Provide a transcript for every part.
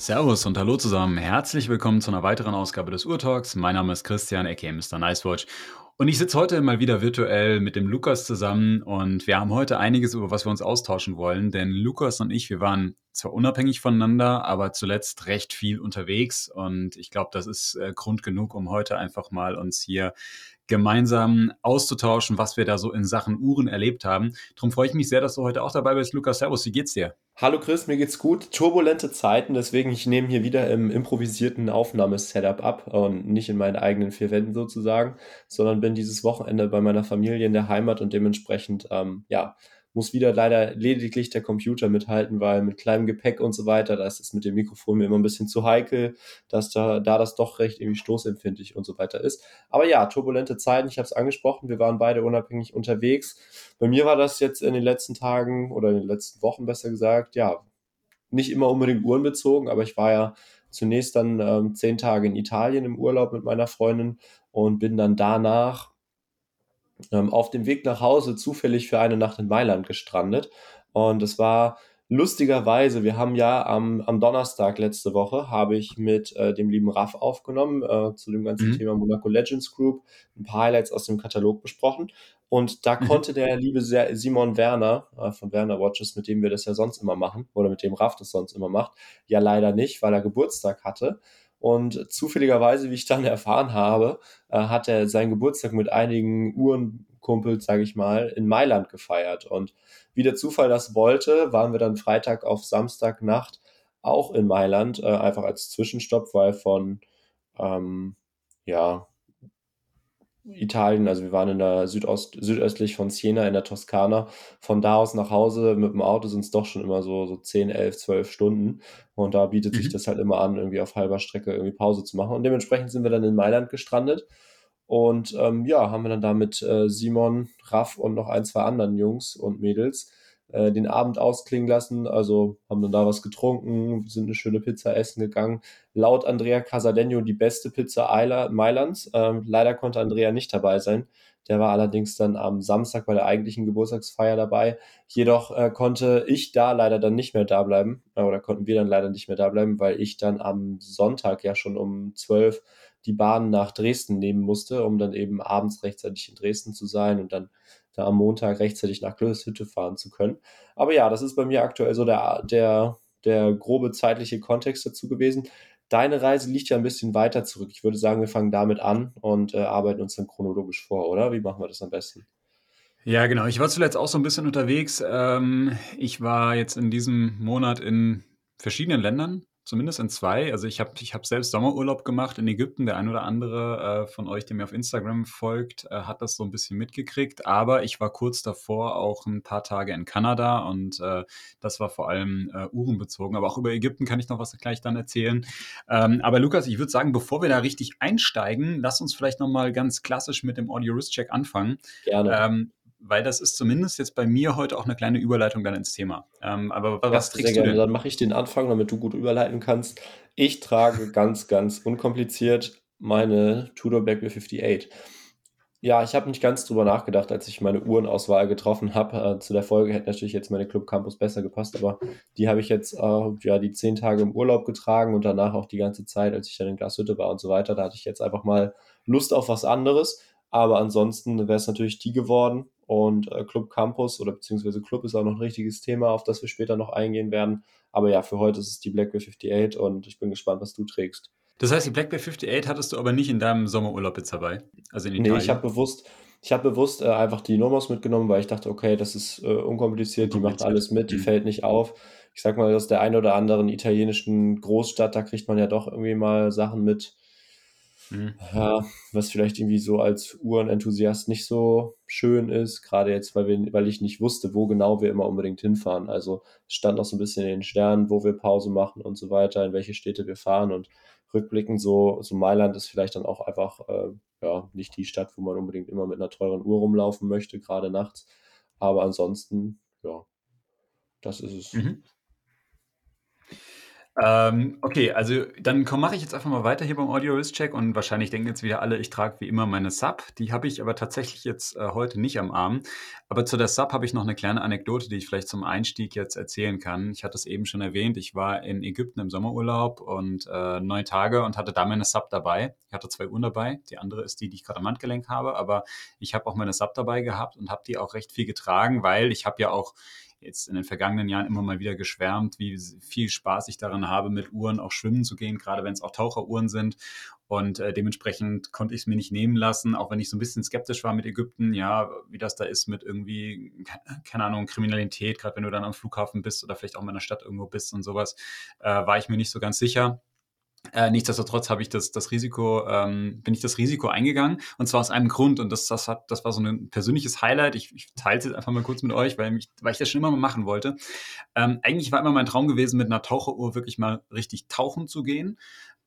Servus und hallo zusammen. Herzlich willkommen zu einer weiteren Ausgabe des Urtalks. Mein Name ist Christian, aka Mr. Nicewatch. Und ich sitze heute mal wieder virtuell mit dem Lukas zusammen und wir haben heute einiges, über was wir uns austauschen wollen. Denn Lukas und ich, wir waren zwar unabhängig voneinander, aber zuletzt recht viel unterwegs. Und ich glaube, das ist Grund genug, um heute einfach mal uns hier gemeinsam auszutauschen, was wir da so in Sachen Uhren erlebt haben. Darum freue ich mich sehr, dass du heute auch dabei bist. Lukas, servus, wie geht's dir? Hallo Chris, mir geht's gut. Turbulente Zeiten, deswegen ich nehme hier wieder im improvisierten Aufnahmesetup ab und nicht in meinen eigenen vier Wänden sozusagen, sondern bin dieses Wochenende bei meiner Familie in der Heimat und dementsprechend muss wieder leider lediglich der Computer mithalten, weil mit kleinem Gepäck und so weiter, da ist es mit dem Mikrofon mir immer ein bisschen zu heikel, dass da das doch recht irgendwie stoßempfindlich und so weiter ist. Aber ja, turbulente Zeiten, ich habe es angesprochen, wir waren beide unabhängig unterwegs. Bei mir war das jetzt in den letzten Tagen oder in den letzten Wochen besser gesagt, ja, nicht immer unbedingt uhrenbezogen, aber ich war ja zunächst dann 10 Tage in Italien im Urlaub mit meiner Freundin und bin dann danach auf dem Weg nach Hause zufällig für eine Nacht in Mailand gestrandet. Und es war lustigerweise, wir haben ja am Donnerstag letzte Woche, habe ich mit dem lieben Raff aufgenommen, zu dem ganzen Mhm. Thema Monaco Legends Group, ein paar Highlights aus dem Katalog besprochen. Und da Mhm. konnte der liebe Simon Werner von Werner Watches, mit dem wir das ja sonst immer machen, oder mit dem Raff das sonst immer macht, ja leider nicht, weil er Geburtstag hatte. Und zufälligerweise, wie ich dann erfahren habe, hat er seinen Geburtstag mit einigen Uhrenkumpels, sage ich mal, in Mailand gefeiert. Und wie der Zufall das wollte, waren wir dann Freitag auf Samstagnacht auch in Mailand, einfach als Zwischenstopp, weil von ähm, ja, Italien, also wir waren in der südöstlich von Siena in der Toskana. Von da aus nach Hause mit dem Auto sind es doch schon immer so 10, 11, 12 Stunden. Und da bietet sich Mhm. das halt immer an, irgendwie auf halber Strecke irgendwie Pause zu machen. Und dementsprechend sind wir dann in Mailand gestrandet. Und ja, haben wir dann da mit Simon, Raff und noch ein, zwei anderen Jungs und Mädels den Abend ausklingen lassen. Also haben dann da was getrunken, sind eine schöne Pizza essen gegangen. Laut Andrea Casadegno die beste Pizza Mailands. Leider konnte Andrea nicht dabei sein. Der war allerdings dann am Samstag bei der eigentlichen Geburtstagsfeier dabei. Jedoch konnte ich da leider dann nicht mehr da bleiben, oder konnten wir dann leider nicht mehr da bleiben, weil ich dann am Sonntag ja schon um 12 die Bahn nach Dresden nehmen musste, um dann eben abends rechtzeitig in Dresden zu sein und dann da am Montag rechtzeitig nach Glöshütte fahren zu können. Aber ja, das ist bei mir aktuell so der grobe zeitliche Kontext dazu gewesen. Deine Reise liegt ja ein bisschen weiter zurück. Ich würde sagen, wir fangen damit an und arbeiten uns dann chronologisch vor, oder? Wie machen wir das am besten? Ja, genau. Ich war zuletzt auch so ein bisschen unterwegs. Ich war jetzt in diesem Monat in verschiedenen Ländern, zumindest in zwei. Also ich hab selbst Sommerurlaub gemacht in Ägypten. Der ein oder andere von euch, der mir auf Instagram folgt, hat das so ein bisschen mitgekriegt. Aber ich war kurz davor auch ein paar Tage in Kanada und das war vor allem uhrenbezogen. Aber auch über Ägypten kann ich noch was gleich dann erzählen. Aber Lukas, ich würde sagen, bevor wir da richtig einsteigen, lass uns vielleicht noch mal ganz klassisch mit dem Audio-Risk-Check anfangen. Gerne. Weil das ist zumindest jetzt bei mir heute auch eine kleine Überleitung dann ins Thema. Aber Ja, was sehr trägst du gerne. denn? Dann mache ich den Anfang, damit du gut überleiten kannst. Ich trage ganz, ganz unkompliziert meine Tudor Black Bear 58. Ja, ich habe nicht ganz drüber nachgedacht, als ich meine Uhrenauswahl getroffen habe. Zu der Folge hätte natürlich jetzt meine Club Campus besser gepasst, aber die habe ich jetzt ja die 10 Tage im Urlaub getragen und danach auch die ganze Zeit, als ich dann in Glashütte war und so weiter. Da hatte ich jetzt einfach mal Lust auf was anderes. Aber ansonsten wäre es natürlich die geworden. Und Club Campus oder beziehungsweise Club ist auch noch ein richtiges Thema, auf das wir später noch eingehen werden. Aber ja, für heute ist es die Blackbear 58 und ich bin gespannt, was du trägst. Das heißt, die Black Bear 58 hattest du aber nicht in deinem Sommerurlaub jetzt dabei, also in Nee, Italien? ich habe bewusst einfach die Nomos mitgenommen, weil ich dachte, okay, das ist unkompliziert, die macht Unkompliziert. alles mit, die Mhm. fällt nicht auf. Ich sag mal, aus der einen oder anderen italienischen Großstadt, da kriegt man ja doch irgendwie mal Sachen mit, Mhm. ja, was vielleicht irgendwie so als Uhrenenthusiast nicht so schön ist, gerade jetzt, weil ich nicht wusste, wo genau wir immer unbedingt hinfahren. Also es stand noch so ein bisschen in den Sternen, wo wir Pause machen und so weiter, in welche Städte wir fahren und rückblickend so Mailand ist vielleicht dann auch einfach ja, nicht die Stadt, wo man unbedingt immer mit einer teuren Uhr rumlaufen möchte, gerade nachts. Aber ansonsten, ja, das ist es. Mhm. Okay, also dann mache ich jetzt einfach mal weiter hier beim Audio-Risk-Check und wahrscheinlich denken jetzt wieder alle, ich trage wie immer meine Sub. Die habe ich aber tatsächlich jetzt heute nicht am Arm. Aber zu der Sub habe ich noch eine kleine Anekdote, die ich vielleicht zum Einstieg jetzt erzählen kann. Ich hatte es eben schon erwähnt, ich war in Ägypten im Sommerurlaub und 9 Tage und hatte da meine Sub dabei. Ich hatte 2 Uhren dabei. Die andere ist die, die ich gerade am Handgelenk habe, aber ich habe auch meine Sub dabei gehabt und habe die auch recht viel getragen, weil ich habe ja auch jetzt in den vergangenen Jahren immer mal wieder geschwärmt, wie viel Spaß ich daran habe, mit Uhren auch schwimmen zu gehen, gerade wenn es auch Taucheruhren sind. Und dementsprechend konnte ich es mir nicht nehmen lassen, auch wenn ich so ein bisschen skeptisch war mit Ägypten, ja, wie das da ist mit irgendwie, keine Ahnung, Kriminalität, gerade wenn du dann am Flughafen bist oder vielleicht auch in einer Stadt irgendwo bist und sowas, war ich mir nicht so ganz sicher. Nichtsdestotrotz habe ich das Risiko, bin ich das Risiko eingegangen und zwar aus einem Grund und das war so ein persönliches Highlight. Ich teile es jetzt einfach mal kurz mit euch, weil ich das schon immer mal machen wollte. Eigentlich war immer mein Traum gewesen, mit einer Taucheruhr wirklich mal richtig tauchen zu gehen.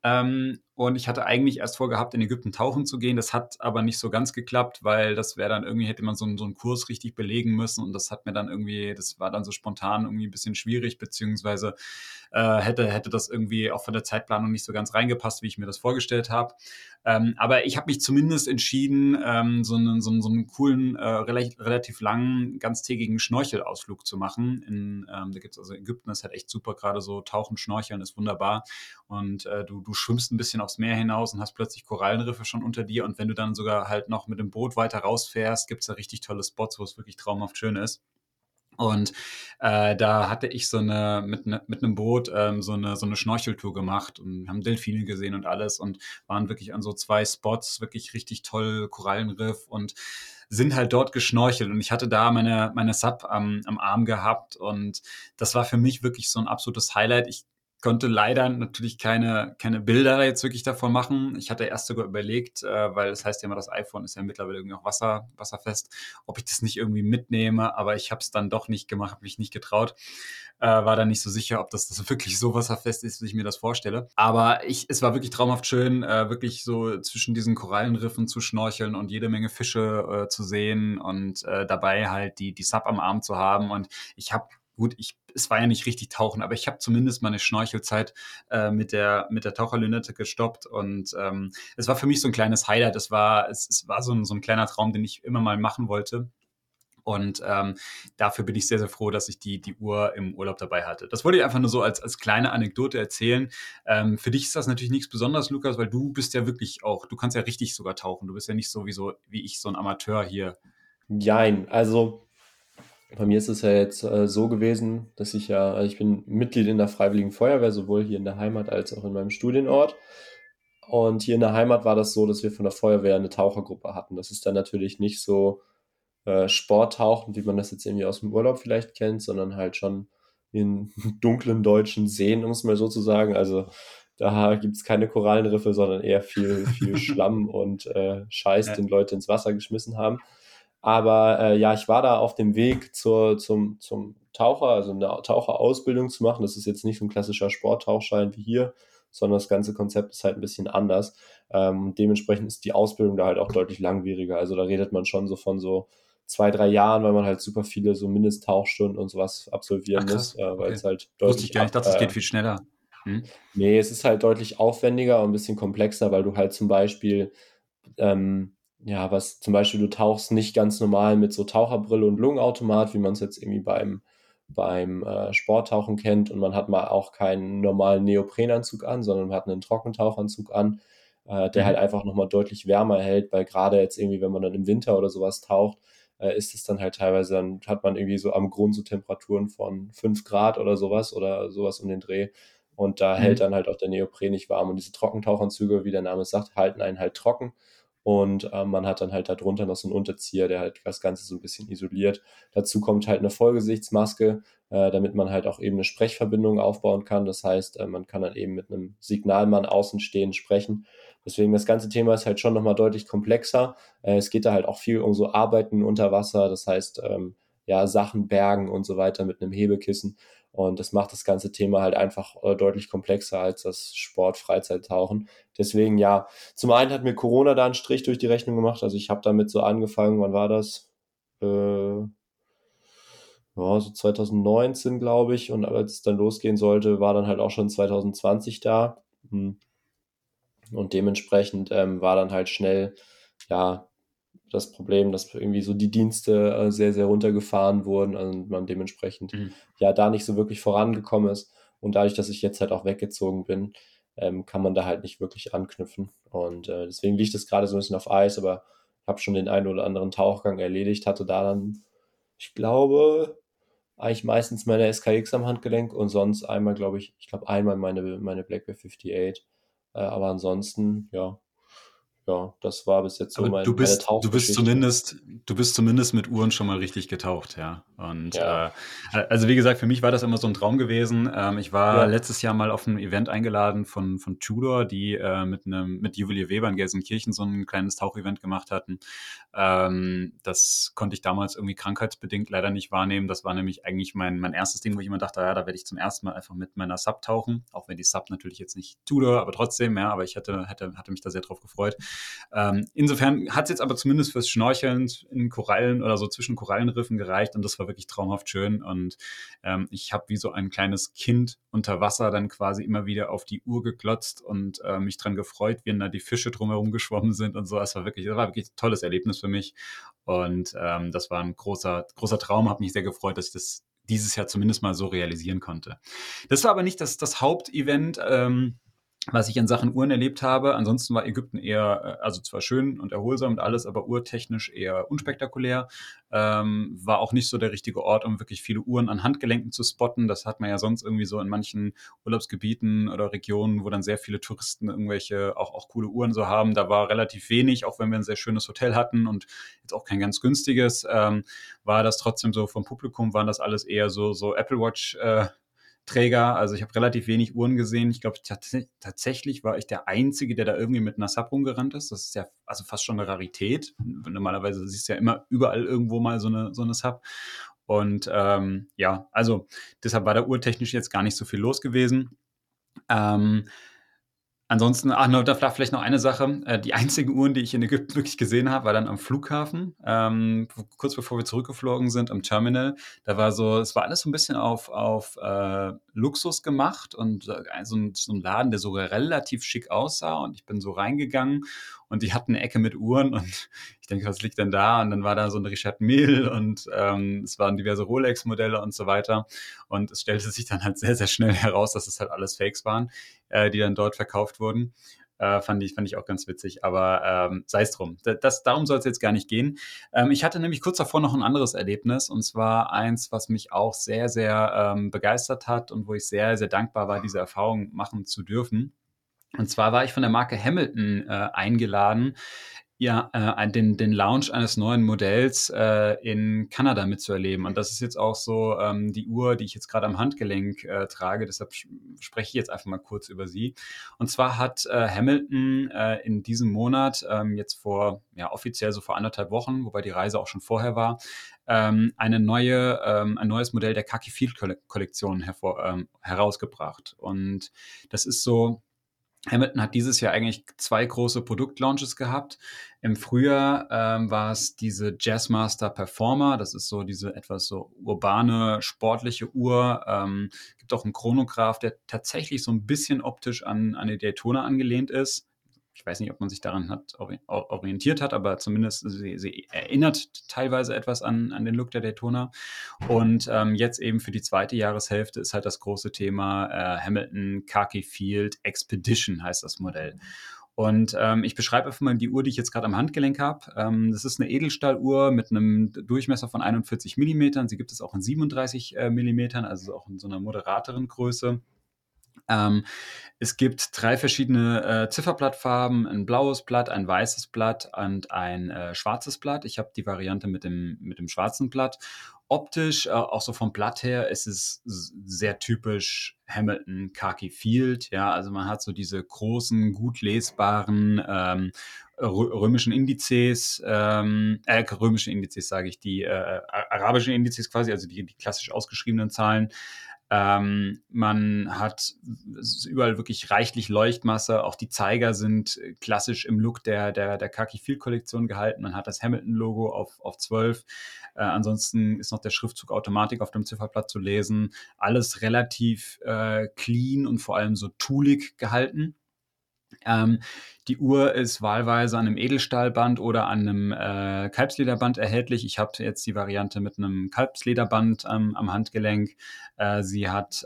Und ich hatte eigentlich erst vorgehabt, in Ägypten tauchen zu gehen. Das hat aber nicht so ganz geklappt, weil das wäre dann irgendwie, hätte man so einen Kurs richtig belegen müssen und das hat mir dann irgendwie, das war dann so spontan irgendwie ein bisschen schwierig, beziehungsweise hätte das irgendwie auch von der Zeitplanung nicht so ganz reingepasst, wie ich mir das vorgestellt habe. Aber ich habe mich zumindest entschieden, so einen coolen, relativ langen, ganztägigen Schnorchelausflug zu machen. Da gibt es also Ägypten, ist halt echt super, gerade so Tauchen, Schnorcheln ist wunderbar. Und du schwimmst ein bisschen aufs Meer hinaus und hast plötzlich Korallenriffe schon unter dir. Und wenn du dann sogar halt noch mit dem Boot weiter rausfährst, gibt es da richtig tolle Spots, wo es wirklich traumhaft schön ist. Und da hatte ich mit einem Boot so eine Schnorcheltour gemacht und haben Delfine gesehen und alles und waren wirklich an so 2 Spots, wirklich richtig toll, Korallenriff und sind halt dort geschnorchelt. Und ich hatte da meine Sub am Arm gehabt und das war für mich wirklich so ein absolutes Highlight. Ich konnte leider natürlich keine Bilder jetzt wirklich davon machen. Ich hatte erst sogar überlegt, weil das heißt ja immer, das iPhone ist ja mittlerweile irgendwie auch wasserfest, ob ich das nicht irgendwie mitnehme, aber ich habe es dann doch nicht gemacht, habe mich nicht getraut, war dann nicht so sicher, ob das wirklich so wasserfest ist, wie ich mir das vorstelle. Aber es war wirklich traumhaft schön, wirklich so zwischen diesen Korallenriffen zu schnorcheln und jede Menge Fische zu sehen und dabei halt die Sub am Arm zu haben. Und ich habe gut, es war ja nicht richtig tauchen, aber ich habe zumindest meine Schnorchelzeit mit der Taucherlünette gestoppt und es war für mich so ein kleines Highlight. Es war so ein kleiner Traum, den ich immer mal machen wollte. Und dafür bin ich sehr, sehr froh, dass ich die Uhr im Urlaub dabei hatte. Das wollte ich einfach nur so als kleine Anekdote erzählen. Für dich ist das natürlich nichts Besonderes, Lukas, weil du bist ja wirklich auch, du kannst ja richtig sogar tauchen. Du bist ja nicht so wie ich, so ein Amateur hier. Jein, also bei mir ist es ja jetzt so gewesen, dass also ich bin Mitglied in der Freiwilligen Feuerwehr, sowohl hier in der Heimat als auch in meinem Studienort. Und hier in der Heimat war das so, dass wir von der Feuerwehr eine Tauchergruppe hatten. Das ist dann natürlich nicht so Sporttauchen, wie man das jetzt irgendwie aus dem Urlaub vielleicht kennt, sondern halt schon in dunklen deutschen Seen, um es mal so zu sagen. Also da gibt es keine Korallenriffe, sondern eher viel Schlamm und Scheiß, Ja. den Leute ins Wasser geschmissen haben. Aber ja, ich war da auf dem Weg zum Taucher, also eine Taucherausbildung zu machen. Das ist jetzt nicht so ein klassischer Sporttauchschein wie hier, sondern das ganze Konzept ist halt ein bisschen anders. Dementsprechend ist die Ausbildung da halt auch deutlich langwieriger. Also da redet man schon so von so 2, 3 Jahren, weil man halt super viele so Mindesttauchstunden und sowas absolvieren Ach muss, krass, weil okay. es halt Wusste ich deutlich gar nicht. Ich dachte, es geht viel schneller. Hm? nee, es ist halt deutlich aufwendiger und ein bisschen komplexer, weil du halt zum Beispiel ja, was zum Beispiel, du tauchst nicht ganz normal mit so Taucherbrille und Lungenautomat, wie man es jetzt irgendwie beim Sporttauchen kennt. Und man hat mal auch keinen normalen Neoprenanzug an, sondern man hat einen Trockentauchanzug an, der halt Mhm. einfach nochmal deutlich wärmer hält, weil gerade jetzt irgendwie, wenn man dann im Winter oder sowas taucht, ist es dann halt teilweise, dann hat man irgendwie so am Grund so Temperaturen von 5 Grad oder sowas um den Dreh. Und da hält Mhm. dann halt auch der Neopren nicht warm. Und diese Trockentauchanzüge, wie der Name es sagt, halten einen halt trocken. Und man hat dann halt darunter noch so einen Unterzieher, der halt das Ganze so ein bisschen isoliert. Dazu kommt halt eine Vollgesichtsmaske, damit man halt auch eben eine Sprechverbindung aufbauen kann. Das heißt, man kann dann eben mit einem Signalmann außen stehen sprechen. Deswegen das ganze Thema ist halt schon nochmal deutlich komplexer. Es geht da halt auch viel um so Arbeiten unter Wasser, das heißt, ja, Sachen bergen und so weiter mit einem Hebekissen. Und das macht das ganze Thema halt einfach deutlich komplexer als das Sport-Freizeittauchen. Deswegen ja, zum einen hat mir Corona da einen Strich durch die Rechnung gemacht. Also ich habe damit so angefangen, wann war das? Äh, ja, so 2019, glaube ich. Und als es dann losgehen sollte, war dann halt auch schon 2020 da. Und dementsprechend war dann halt schnell, ja, das Problem, dass irgendwie so die Dienste sehr, sehr runtergefahren wurden und man dementsprechend Mhm. ja da nicht so wirklich vorangekommen ist. Und dadurch, dass ich jetzt halt auch weggezogen bin, kann man da halt nicht wirklich anknüpfen. Und deswegen liegt es gerade so ein bisschen auf Eis, aber ich habe schon den einen oder anderen Tauchgang erledigt, hatte da dann, ich glaube, eigentlich meistens meine SKX am Handgelenk und sonst einmal, ich glaube einmal meine Black Bear 58. Aber ansonsten, ja, ja, das war bis jetzt so Aber meine du Tauchgeschichte. du bist zumindest mit Uhren schon mal richtig getaucht, ja. Und Ja, also wie gesagt, für mich war das immer so ein Traum gewesen. Ich war ja, letztes Jahr mal auf ein Event eingeladen von Tudor, die mit Juwelier Weber in Gelsenkirchen so ein kleines Tauchevent gemacht hatten. Das konnte ich damals irgendwie krankheitsbedingt leider nicht wahrnehmen. Das war nämlich eigentlich mein erstes Ding, wo ich immer dachte, ja, da werde ich zum ersten Mal einfach mit meiner Sub tauchen. Auch wenn die Sub natürlich jetzt nicht Tudor, aber trotzdem, ja, aber ich hatte mich da sehr drauf gefreut. Insofern hat es jetzt aber zumindest fürs Schnorcheln in Korallen oder so zwischen Korallenriffen gereicht und das war wirklich traumhaft schön. Und ich habe wie so ein kleines Kind unter Wasser dann quasi immer wieder auf die Uhr geglotzt und mich dran gefreut, wie da die Fische drumherum geschwommen sind und so. Das war wirklich ein tolles Erlebnis für mich. Und das war ein großer Traum, habe mich sehr gefreut, dass ich das dieses Jahr zumindest mal so realisieren konnte. Das war aber nicht das Hauptevent. Was ich in Sachen Uhren erlebt habe. Ansonsten war Ägypten eher, also zwar schön und erholsam und alles, aber urtechnisch eher unspektakulär. War auch nicht so der richtige Ort, um wirklich viele Uhren an Handgelenken zu spotten. Das hat man ja sonst irgendwie so in manchen Urlaubsgebieten oder Regionen, wo dann sehr viele Touristen irgendwelche auch coole Uhren so haben. Da war relativ wenig, auch wenn wir ein sehr schönes Hotel hatten und jetzt auch kein ganz günstiges, war das trotzdem so vom Publikum, waren das alles eher so Apple Watch Träger. Also ich habe relativ wenig Uhren gesehen. Ich glaube, tatsächlich war ich der Einzige, der da irgendwie mit einer Sub rumgerannt ist. Das ist ja also fast schon eine Rarität. Normalerweise siehst du ja immer überall irgendwo mal so eine Sub. Und ja, also deshalb war da uhrtechnisch jetzt gar nicht so viel los gewesen. Ähm, Ansonsten, da vielleicht noch eine Sache. Die einzigen Uhren, die ich in Ägypten wirklich gesehen habe, war dann am Flughafen, kurz bevor wir zurückgeflogen sind, am Terminal. Es war alles so ein bisschen auf Luxus gemacht und so ein Laden, der sogar relativ schick aussah. Und ich bin so reingegangen und die hatten eine Ecke mit Uhren und ich denke, was liegt denn da? Und dann war da so ein Richard Mille und es waren diverse Rolex-Modelle und so weiter. Und es stellte sich dann halt sehr, sehr schnell heraus, dass es halt alles Fakes waren, die dann dort verkauft wurden. Fand ich auch ganz witzig, aber sei es drum. Darum soll es jetzt gar nicht gehen. Ich hatte nämlich kurz davor noch ein anderes Erlebnis und zwar eins, was mich auch sehr, sehr begeistert hat und wo ich sehr, sehr dankbar war, diese Erfahrung machen zu dürfen. Und zwar war ich von der Marke Hamilton eingeladen, ja, den Launch eines neuen Modells in Kanada mitzuerleben. Und das ist jetzt auch so die Uhr, die ich jetzt gerade am Handgelenk trage. Deshalb spreche ich jetzt einfach mal kurz über sie. Und zwar hat Hamilton in diesem Monat, jetzt ja, offiziell so vor 1,5 Wochen, wobei die Reise auch schon vorher war, ein neues Modell der Khaki Field Kollektion herausgebracht. Und das ist so, Hamilton hat dieses Jahr eigentlich zwei große Produktlaunches gehabt. Im Frühjahr war es diese Jazzmaster Performer. Das ist so diese etwas so urbane, sportliche Uhr. Gibt auch einen Chronograph, der tatsächlich so ein bisschen optisch an die Daytona angelehnt ist. Ich weiß nicht, ob man sich daran orientiert hat, aber zumindest sie erinnert teilweise etwas an den Look der Daytona. Und jetzt eben für die zweite Jahreshälfte ist halt das große Thema Hamilton Khaki Field Expedition heißt das Modell. Und ich beschreibe einfach mal die Uhr, die ich jetzt gerade am Handgelenk habe. Das ist eine Edelstahluhr mit einem Durchmesser von 41 Millimetern. Sie gibt es auch in 37 Millimetern, also auch in so einer moderateren Größe. Ähm, Es gibt drei verschiedene Zifferblattfarben, ein blaues Blatt, ein weißes Blatt und ein schwarzes Blatt. Ich habe die Variante mit dem schwarzen Blatt. Optisch, auch so vom Blatt her, ist es sehr typisch Hamilton Khaki Field. Ja, also man hat so diese großen, gut lesbaren römischen Indizes sage ich, die arabischen Indizes quasi, also die klassisch ausgeschriebenen Zahlen Man hat überall wirklich reichlich Leuchtmasse. Auch die Zeiger sind klassisch im Look der Khaki Field Kollektion gehalten. Man hat das Hamilton-Logo auf 12. Ansonsten ist noch der Schriftzug Automatik auf dem Zifferblatt zu lesen. Alles relativ clean und vor allem so toolig gehalten. Die Uhr ist wahlweise an einem Edelstahlband oder an einem Kalbslederband erhältlich. Ich habe jetzt die Variante mit einem Kalbslederband am Handgelenk. Sie hat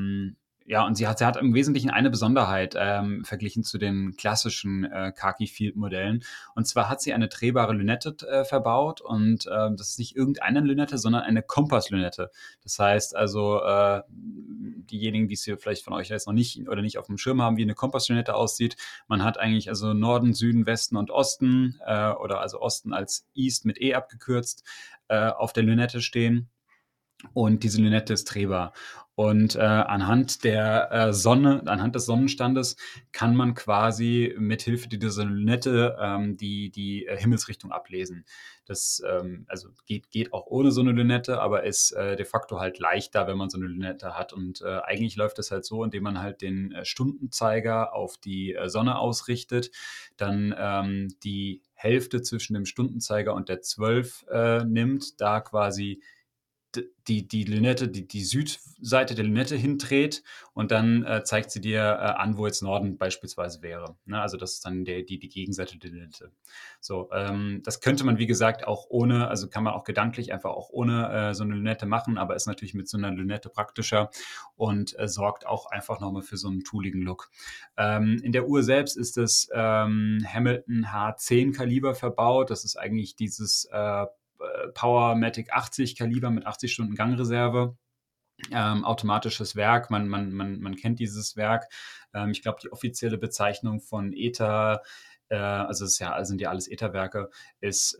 sie hat im Wesentlichen eine Besonderheit verglichen zu den klassischen Khaki Field Modellen. Und zwar hat sie eine drehbare Lünette verbaut und das ist nicht irgendeine Lünette, sondern eine Kompasslünette. Das heißt also, diejenigen, die es hier vielleicht von euch jetzt noch nicht oder nicht auf dem Schirm haben, wie eine Kompasslünette aussieht. Man hat eigentlich also Norden, Süden, Westen und Osten oder also Osten als East mit E abgekürzt auf der Lünette stehen. Und diese Lünette ist drehbar. Und anhand anhand des Sonnenstandes kann man quasi mit Hilfe dieser Lünette die Himmelsrichtung ablesen. Das also geht auch ohne so eine Lünette, aber ist de facto halt leichter, wenn man so eine Lünette hat. Und eigentlich läuft das halt so, indem man halt den Stundenzeiger auf die Sonne ausrichtet, dann die Hälfte zwischen dem Stundenzeiger und der 12 nimmt, da quasi die Lünette, die Südseite der Lünette hindreht und dann zeigt sie dir an, wo jetzt Norden beispielsweise wäre. Ne? Also das ist dann die Gegenseite der Lünette. So, das könnte man, wie gesagt, auch ohne, also kann man auch gedanklich einfach auch ohne so eine Lünette machen, aber ist natürlich mit so einer Lünette praktischer und sorgt auch einfach nochmal für so einen tooligen Look. In der Uhr selbst ist das Hamilton H10 Kaliber verbaut. Das ist eigentlich dieses Powermatic 80 Kaliber mit 80 Stunden Gangreserve. Automatisches Werk, man kennt dieses Werk. Ich glaube, die offizielle Bezeichnung von ETA, also sind ja alles ETA-Werke, ist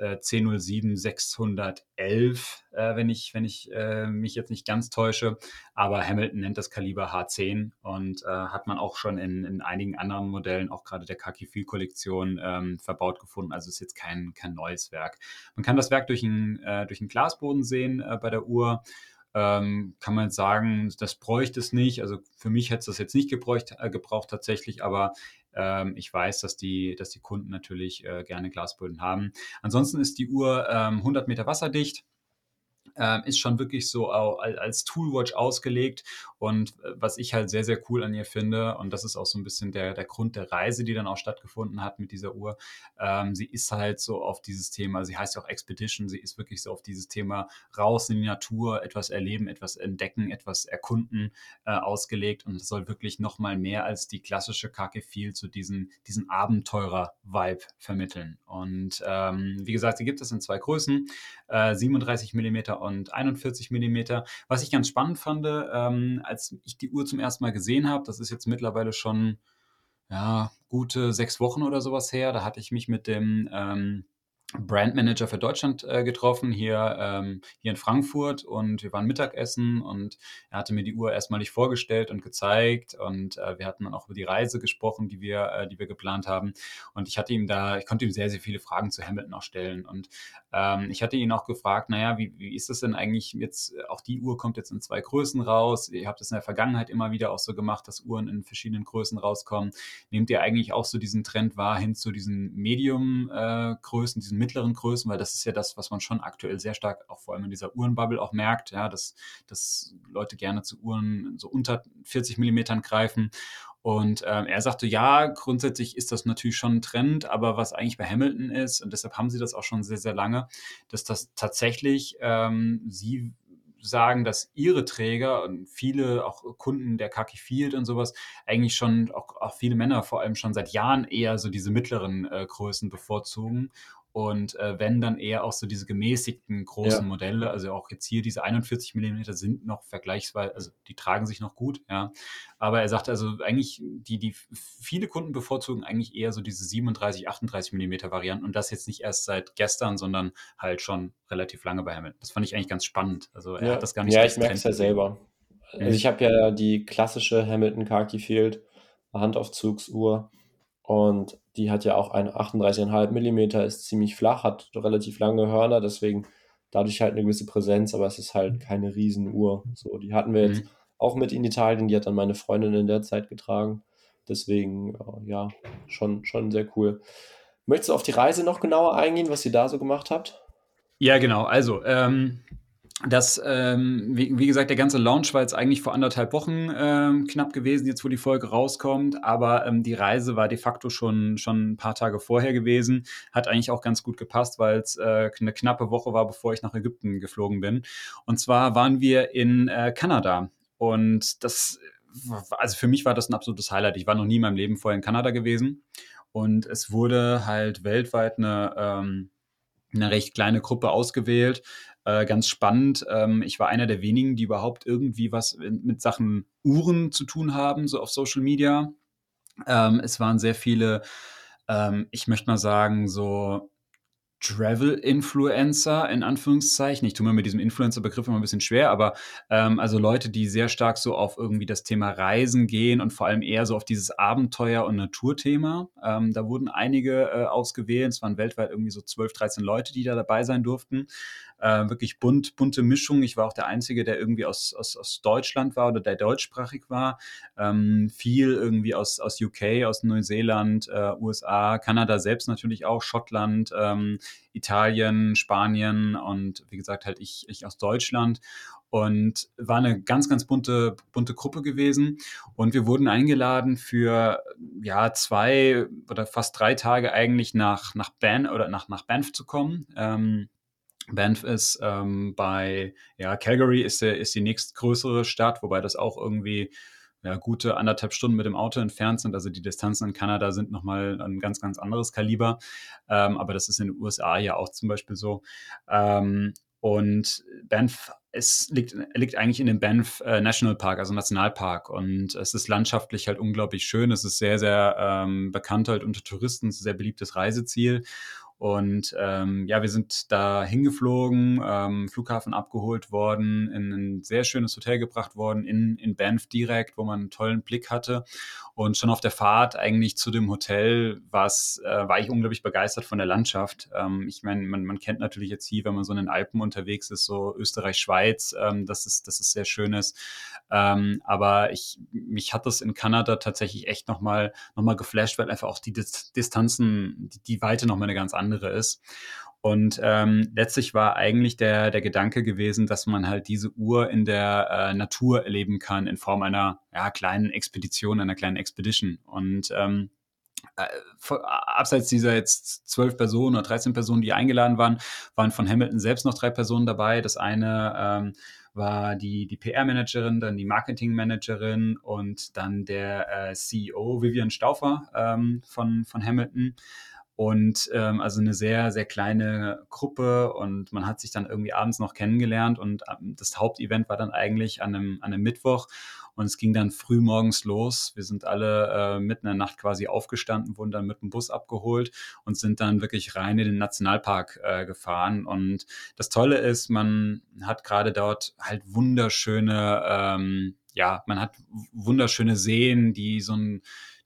107611, wenn ich mich jetzt nicht ganz täusche. Aber Hamilton nennt das Kaliber H10 und hat man auch schon in einigen anderen Modellen, auch gerade der Khaki Field Kollektion, verbaut gefunden. Also ist jetzt kein neues Werk. Man kann das Werk durch einen Glasboden sehen bei der Uhr. Kann man sagen, das bräuchte es nicht. Also für mich hätte es das jetzt nicht gebraucht tatsächlich, aber ich weiß, dass die Kunden natürlich gerne Glasböden haben. Ansonsten ist die Uhr 100 Meter wasserdicht. Ist schon wirklich so als Toolwatch ausgelegt. Und was ich halt sehr, sehr cool an ihr finde, und das ist auch so ein bisschen der Grund der Reise, die dann auch stattgefunden hat mit dieser Uhr, sie ist halt so auf dieses Thema, sie heißt ja auch Expedition, sie ist wirklich so auf dieses Thema raus in die Natur, etwas erleben, etwas entdecken, etwas erkunden ausgelegt. Und es soll wirklich nochmal mehr als die klassische Khaki Field so diesen Abenteurer-Vibe vermitteln. Und wie gesagt, sie gibt es in 2 Größen, 37 mm und 41 mm. Was ich ganz spannend fand, als ich die Uhr zum ersten Mal gesehen habe, das ist jetzt mittlerweile schon gute 6 Wochen oder sowas her, da hatte ich mich mit dem Brandmanager für Deutschland getroffen, hier in Frankfurt, und wir waren Mittagessen und er hatte mir die Uhr erstmalig vorgestellt und gezeigt und wir hatten dann auch über die Reise gesprochen, die wir geplant haben, und ich konnte ihm sehr, sehr viele Fragen zu Hamilton auch stellen, und ich hatte ihn auch gefragt, naja, wie ist das denn eigentlich jetzt, auch die Uhr kommt jetzt in 2 Größen raus, ihr habt es in der Vergangenheit immer wieder auch so gemacht, dass Uhren in verschiedenen Größen rauskommen, nehmt ihr eigentlich auch so diesen Trend wahr hin zu diesen Medium-Größen, diesen mittleren Größen, weil das ist ja das, was man schon aktuell sehr stark auch vor allem in dieser Uhrenbubble auch merkt, ja, dass Leute gerne zu Uhren so unter 40 Millimetern greifen. Und er sagte, ja, grundsätzlich ist das natürlich schon ein Trend, aber was eigentlich bei Hamilton ist, und deshalb haben sie das auch schon sehr, sehr lange, dass das tatsächlich sie sagen, dass ihre Träger und viele auch Kunden der Khaki Field und sowas eigentlich schon, auch viele Männer vor allem schon seit Jahren eher so diese mittleren Größen bevorzugen. Und wenn dann eher auch so diese gemäßigten großen Ja. Modelle, also auch jetzt hier diese 41 Millimeter sind noch vergleichsweise, also die tragen sich noch gut, ja. Aber er sagt also eigentlich, viele Kunden bevorzugen eigentlich eher so diese 37, 38 Millimeter Varianten, und das jetzt nicht erst seit gestern, sondern halt schon relativ lange bei Hamilton. Das fand ich eigentlich ganz spannend. Also er hat Ja, das gar nicht ja, ich als merke es Trend ja gesehen. selber. Also ich Mhm. habe ja die klassische Hamilton Khaki Field Handaufzugsuhr und die hat ja auch eine 38,5 Millimeter, ist ziemlich flach, hat relativ lange Hörner, deswegen dadurch halt eine gewisse Präsenz, aber es ist halt keine Riesenuhr. So, die hatten wir jetzt Mhm. auch mit in Italien. Die hat dann meine Freundin in der Zeit getragen. Deswegen, ja, schon sehr cool. Möchtest du auf die Reise noch genauer eingehen, was ihr da so gemacht habt? Ja, genau. Also, wie gesagt, der ganze Launch war jetzt eigentlich vor 1,5 Wochen knapp gewesen, jetzt wo die Folge rauskommt. Aber die Reise war de facto schon ein paar Tage vorher gewesen. Hat eigentlich auch ganz gut gepasst, weil es eine knappe Woche war, bevor ich nach Ägypten geflogen bin. Und zwar waren wir in Kanada. Und also für mich war das ein absolutes Highlight. Ich war noch nie in meinem Leben vorher in Kanada gewesen. Und es wurde halt weltweit eine recht kleine Gruppe ausgewählt. Ganz spannend. Ich war einer der wenigen, die überhaupt irgendwie was mit Sachen Uhren zu tun haben, so auf Social Media. Es waren sehr viele, ich möchte mal sagen, so Travel-Influencer in Anführungszeichen. Ich tue mir mit diesem Influencer-Begriff immer ein bisschen schwer, aber also Leute, die sehr stark so auf irgendwie das Thema Reisen gehen und vor allem eher so auf dieses Abenteuer- und Naturthema. Da wurden einige ausgewählt. Es waren weltweit irgendwie so 12, 13 Leute, die da dabei sein durften. Wirklich bunte Mischung. Ich war auch der Einzige, der irgendwie aus Deutschland war oder der deutschsprachig war. Viel irgendwie aus UK, aus Neuseeland, USA, Kanada selbst natürlich auch, Schottland, Italien, Spanien und wie gesagt halt ich aus Deutschland. Und war eine ganz bunte Gruppe gewesen. Und wir wurden eingeladen für ja 2 oder fast 3 Tage eigentlich nach Banff oder nach Banff zu kommen. Banff ist ja, Calgary ist die nächstgrößere Stadt, wobei das auch irgendwie ja, gute 1,5 Stunden mit dem Auto entfernt sind. Also die Distanzen in Kanada sind nochmal ein ganz anderes Kaliber. Aber das ist in den USA ja auch zum Beispiel so. Und Banff liegt eigentlich in dem Banff National Park, also Nationalpark. Und es ist landschaftlich halt unglaublich schön. Es ist sehr bekannt halt unter Touristen. Es ist ein sehr beliebtes Reiseziel. Und ja, wir sind da hingeflogen, Flughafen abgeholt worden, in ein sehr schönes Hotel gebracht worden, in Banff direkt, wo man einen tollen Blick hatte. Und schon auf der Fahrt eigentlich zu dem Hotel war ich unglaublich begeistert von der Landschaft. Ich meine, man kennt natürlich jetzt hier, wenn man so in den Alpen unterwegs ist, so Österreich, Schweiz, das ist sehr schönes. Aber mich hat das in Kanada tatsächlich echt noch mal geflasht, weil einfach auch die Distanzen, die Weite noch mal eine ganz andere ist. Und letztlich war eigentlich der Gedanke gewesen, dass man halt diese Uhr in der Natur erleben kann in Form einer ja, kleinen Expedition, einer kleinen Expedition. Und abseits dieser jetzt 12 Personen oder 13 Personen, die eingeladen waren von Hamilton selbst noch 3 Personen dabei. Das eine war die PR-Managerin, dann die Marketing-Managerin und dann der CEO Vivian Stauffer von Hamilton. Und also eine sehr kleine Gruppe und man hat sich dann irgendwie abends noch kennengelernt und das Hauptevent war dann eigentlich an einem Mittwoch und es ging dann früh morgens los. Wir sind alle mitten in der Nacht quasi aufgestanden, wurden dann mit dem Bus abgeholt und sind dann wirklich rein in den Nationalpark gefahren. Und das Tolle ist, man hat gerade dort halt ja, man hat wunderschöne Seen, die so ein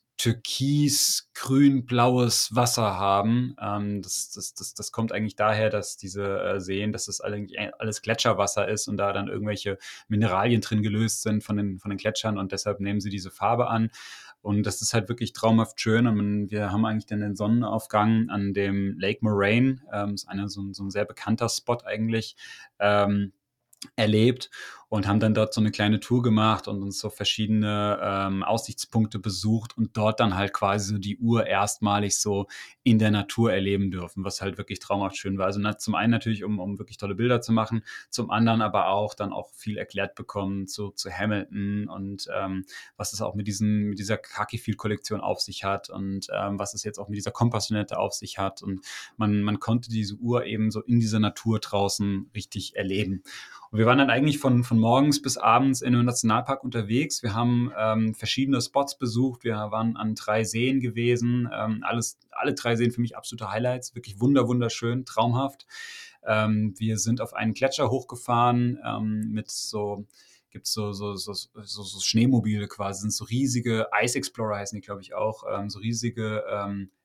türkis-grün-blaues Wasser haben. Das kommt eigentlich daher, dass diese Seen, dass das eigentlich alles Gletscherwasser ist und da dann irgendwelche Mineralien drin gelöst sind von den Gletschern und deshalb nehmen sie diese Farbe an. Und das ist halt wirklich traumhaft schön. Und wir haben eigentlich dann den Sonnenaufgang an dem Lake Moraine, ist so ein sehr bekannter Spot eigentlich, erlebt und haben dann dort so eine kleine Tour gemacht und uns so verschiedene Aussichtspunkte besucht und dort dann halt quasi so die Uhr erstmalig so in der Natur erleben dürfen, was halt wirklich traumhaft schön war. Also zum einen natürlich, um wirklich tolle Bilder zu machen, zum anderen aber auch dann auch viel erklärt bekommen zu Hamilton und was es auch mit dieser Khaki-Field-Kollektion auf sich hat und was es jetzt auch mit dieser Kompassionette auf sich hat. Und man konnte diese Uhr eben so in dieser Natur draußen richtig erleben. Und wir waren dann eigentlich von morgens bis abends in einem Nationalpark unterwegs. Wir haben verschiedene Spots besucht. Wir waren an 3 Seen gewesen. Alle 3 Seen für mich absolute Highlights. Wirklich wunderschön, traumhaft. Wir sind auf einen Gletscher hochgefahren gibt's so Schneemobile quasi, sind so riesige, Ice Explorer heißen die, glaube ich, auch, so riesige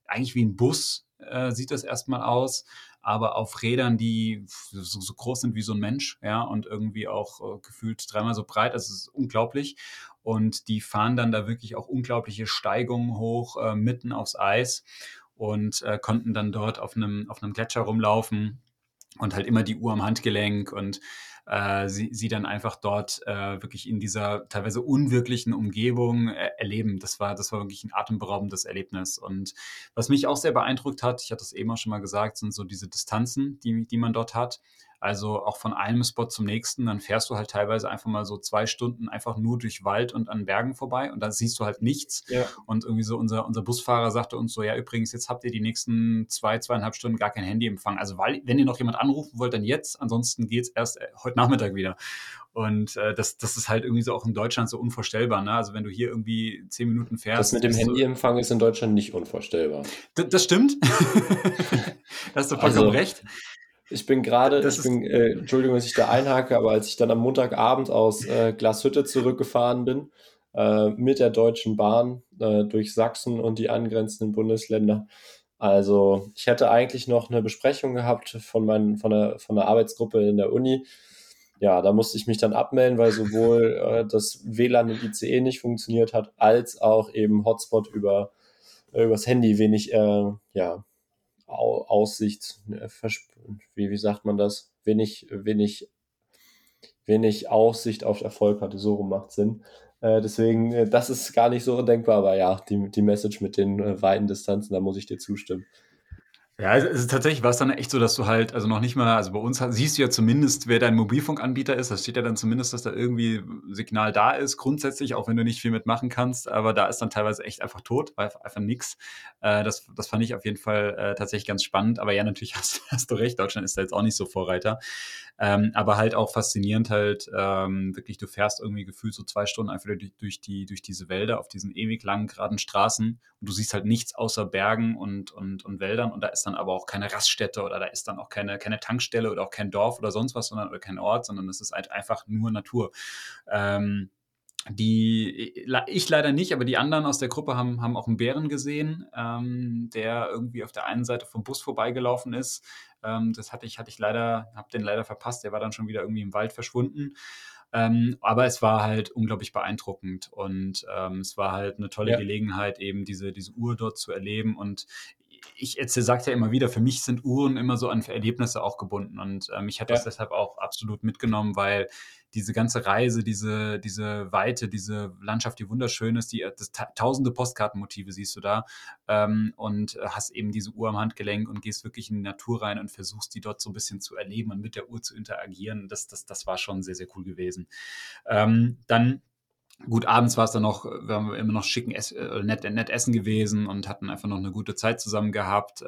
eigentlich wie ein Bus, sieht das erstmal aus, aber auf Rädern, die so groß sind wie so ein Mensch, ja, und irgendwie auch gefühlt dreimal so breit. Also es ist unglaublich. Und die fahren dann da wirklich auch unglaubliche Steigungen hoch, mitten aufs Eis und konnten dann dort auf einem Gletscher rumlaufen und halt immer die Uhr am Handgelenk und sie dann einfach dort wirklich in dieser teilweise unwirklichen Umgebung erleben. Das war wirklich ein atemberaubendes Erlebnis. Und was mich auch sehr beeindruckt hat, ich hatte es eben auch schon mal gesagt, sind so diese Distanzen, die man dort hat. Also auch von einem Spot zum nächsten, dann fährst du halt teilweise einfach mal so 2 Stunden einfach nur durch Wald und an Bergen vorbei und da siehst du halt nichts. Ja. Und irgendwie so unser Busfahrer sagte uns so, ja übrigens, jetzt habt ihr die nächsten 2,5 Stunden gar kein Handyempfang. Also wenn ihr noch jemand anrufen wollt, dann jetzt, ansonsten geht's erst heute Nachmittag wieder. Und das ist halt irgendwie so auch in Deutschland so unvorstellbar. Ne? Also wenn du hier irgendwie 10 Minuten Das mit fährst, dem bist du. Handyempfang ist in Deutschland nicht unvorstellbar. Das stimmt. Da hast du vollkommen Also recht. Das ist. Entschuldigung, dass ich da einhake, aber als ich dann am Montagabend aus Glashütte zurückgefahren bin, mit der Deutschen Bahn durch Sachsen und die angrenzenden Bundesländer, also ich hätte eigentlich noch eine Besprechung gehabt von der Arbeitsgruppe in der Uni. Ja, da musste ich mich dann abmelden, weil sowohl das WLAN im ICE nicht funktioniert hat, als auch eben Hotspot übers Handy wenig ja, Aussicht, wie sagt man das? Wenig Aussicht auf Erfolg hatte, so rum macht Sinn. Deswegen, das ist gar nicht so undenkbar, aber ja, die Message mit den weiten Distanzen, da muss ich dir zustimmen. Ja, also tatsächlich war es dann echt so, dass du halt, also noch nicht mal, also bei uns siehst du ja zumindest, wer dein Mobilfunkanbieter ist. Da steht ja dann zumindest, dass da irgendwie Signal da ist, grundsätzlich, auch wenn du nicht viel mitmachen kannst. Aber da ist dann teilweise echt einfach tot, einfach nix. Das fand ich auf jeden Fall tatsächlich ganz spannend. Aber ja, natürlich hast du recht, Deutschland ist da jetzt auch nicht so Vorreiter. Aber halt auch faszinierend halt, wirklich, du fährst irgendwie gefühlt so 2 Stunden einfach durch diese Wälder auf diesen ewig langen, geraden Straßen und du siehst halt nichts außer Bergen und Wäldern und da ist dann aber auch keine Raststätte oder da ist dann auch keine Tankstelle oder auch kein Dorf oder sonst was, oder kein Ort, sondern es ist halt einfach nur Natur. Ähm, ich leider nicht, aber die anderen aus der Gruppe haben auch einen Bären gesehen, der irgendwie auf der einen Seite vom Bus vorbeigelaufen ist. Das hatte ich leider, habe den leider verpasst. Der war dann schon wieder irgendwie im Wald verschwunden. Aber es war halt unglaublich beeindruckend und es war halt eine tolle Ja, Gelegenheit, eben diese Uhr dort zu erleben. Und ich sage ja immer wieder, für mich sind Uhren immer so an Erlebnisse auch gebunden und mich hat das ja, deshalb auch absolut mitgenommen, weil diese ganze Reise, diese Weite, diese Landschaft, die wunderschön ist, tausende Postkartenmotive siehst du da und hast eben diese Uhr am Handgelenk und gehst wirklich in die Natur rein und versuchst die dort so ein bisschen zu erleben und mit der Uhr zu interagieren. Das war schon sehr, sehr cool gewesen. Dann gut, abends war es dann noch, wir haben immer noch nett essen gewesen und hatten einfach noch eine gute Zeit zusammen gehabt.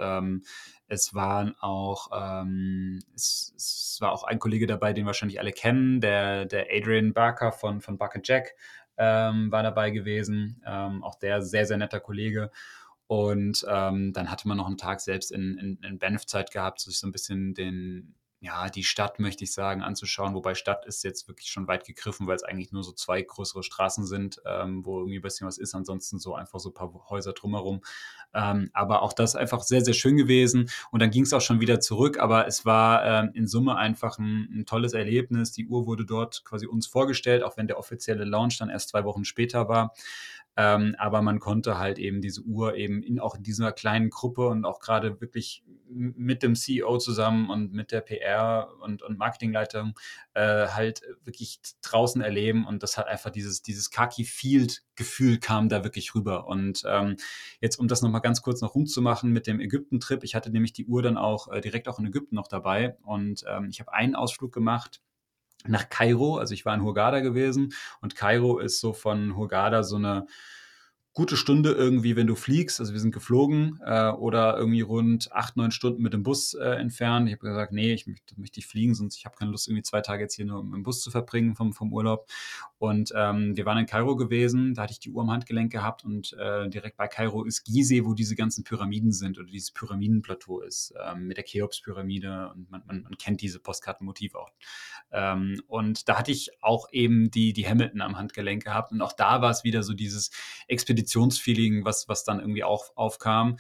Es war auch ein Kollege dabei, den wahrscheinlich alle kennen, der Adrian Barker von Buck Jack war dabei gewesen. Auch der sehr, sehr netter Kollege. Und dann hatte man noch einen Tag selbst in Banff Zeit gehabt, sich so ein bisschen die Stadt, möchte ich sagen, anzuschauen. Wobei Stadt ist jetzt wirklich schon weit gegriffen, weil es eigentlich nur so zwei größere Straßen sind, wo irgendwie ein bisschen was ist. Ansonsten so einfach so ein paar Häuser drumherum. Aber auch das einfach sehr, sehr schön gewesen. Und dann ging es auch schon wieder zurück. Aber es war in Summe einfach ein tolles Erlebnis. Die Uhr wurde dort quasi uns vorgestellt, auch wenn der offizielle Launch dann erst 2 Wochen später war. Aber man konnte halt eben diese Uhr eben auch in dieser kleinen Gruppe und auch gerade wirklich mit dem CEO zusammen und mit der PR und Marketingleitung halt wirklich draußen erleben und das hat einfach dieses Khaki-Field-Gefühl kam da wirklich rüber. Und jetzt, um das nochmal ganz kurz noch rumzumachen mit dem Ägypten-Trip, ich hatte nämlich die Uhr dann auch direkt auch in Ägypten noch dabei und ich habe einen Ausflug gemacht nach Kairo. Also ich war in Hurghada gewesen und Kairo ist so von Hurghada so eine gute Stunde irgendwie, wenn du fliegst. Also wir sind geflogen oder irgendwie rund 8, 9 Stunden mit dem Bus entfernt. Ich habe gesagt, nee, ich möchte nicht fliegen, sonst ich habe keine Lust, irgendwie 2 Tage jetzt hier nur im Bus zu verbringen vom Urlaub. Und wir waren in Kairo gewesen, da hatte ich die Uhr am Handgelenk gehabt und direkt bei Kairo ist Gizeh, wo diese ganzen Pyramiden sind oder dieses Pyramidenplateau ist, mit der Cheops-Pyramide und man kennt diese Postkartenmotive auch. Und da hatte ich auch eben die Hamilton am Handgelenk gehabt und auch da war es wieder so dieses Expeditionsfeeling, was dann irgendwie auch aufkam.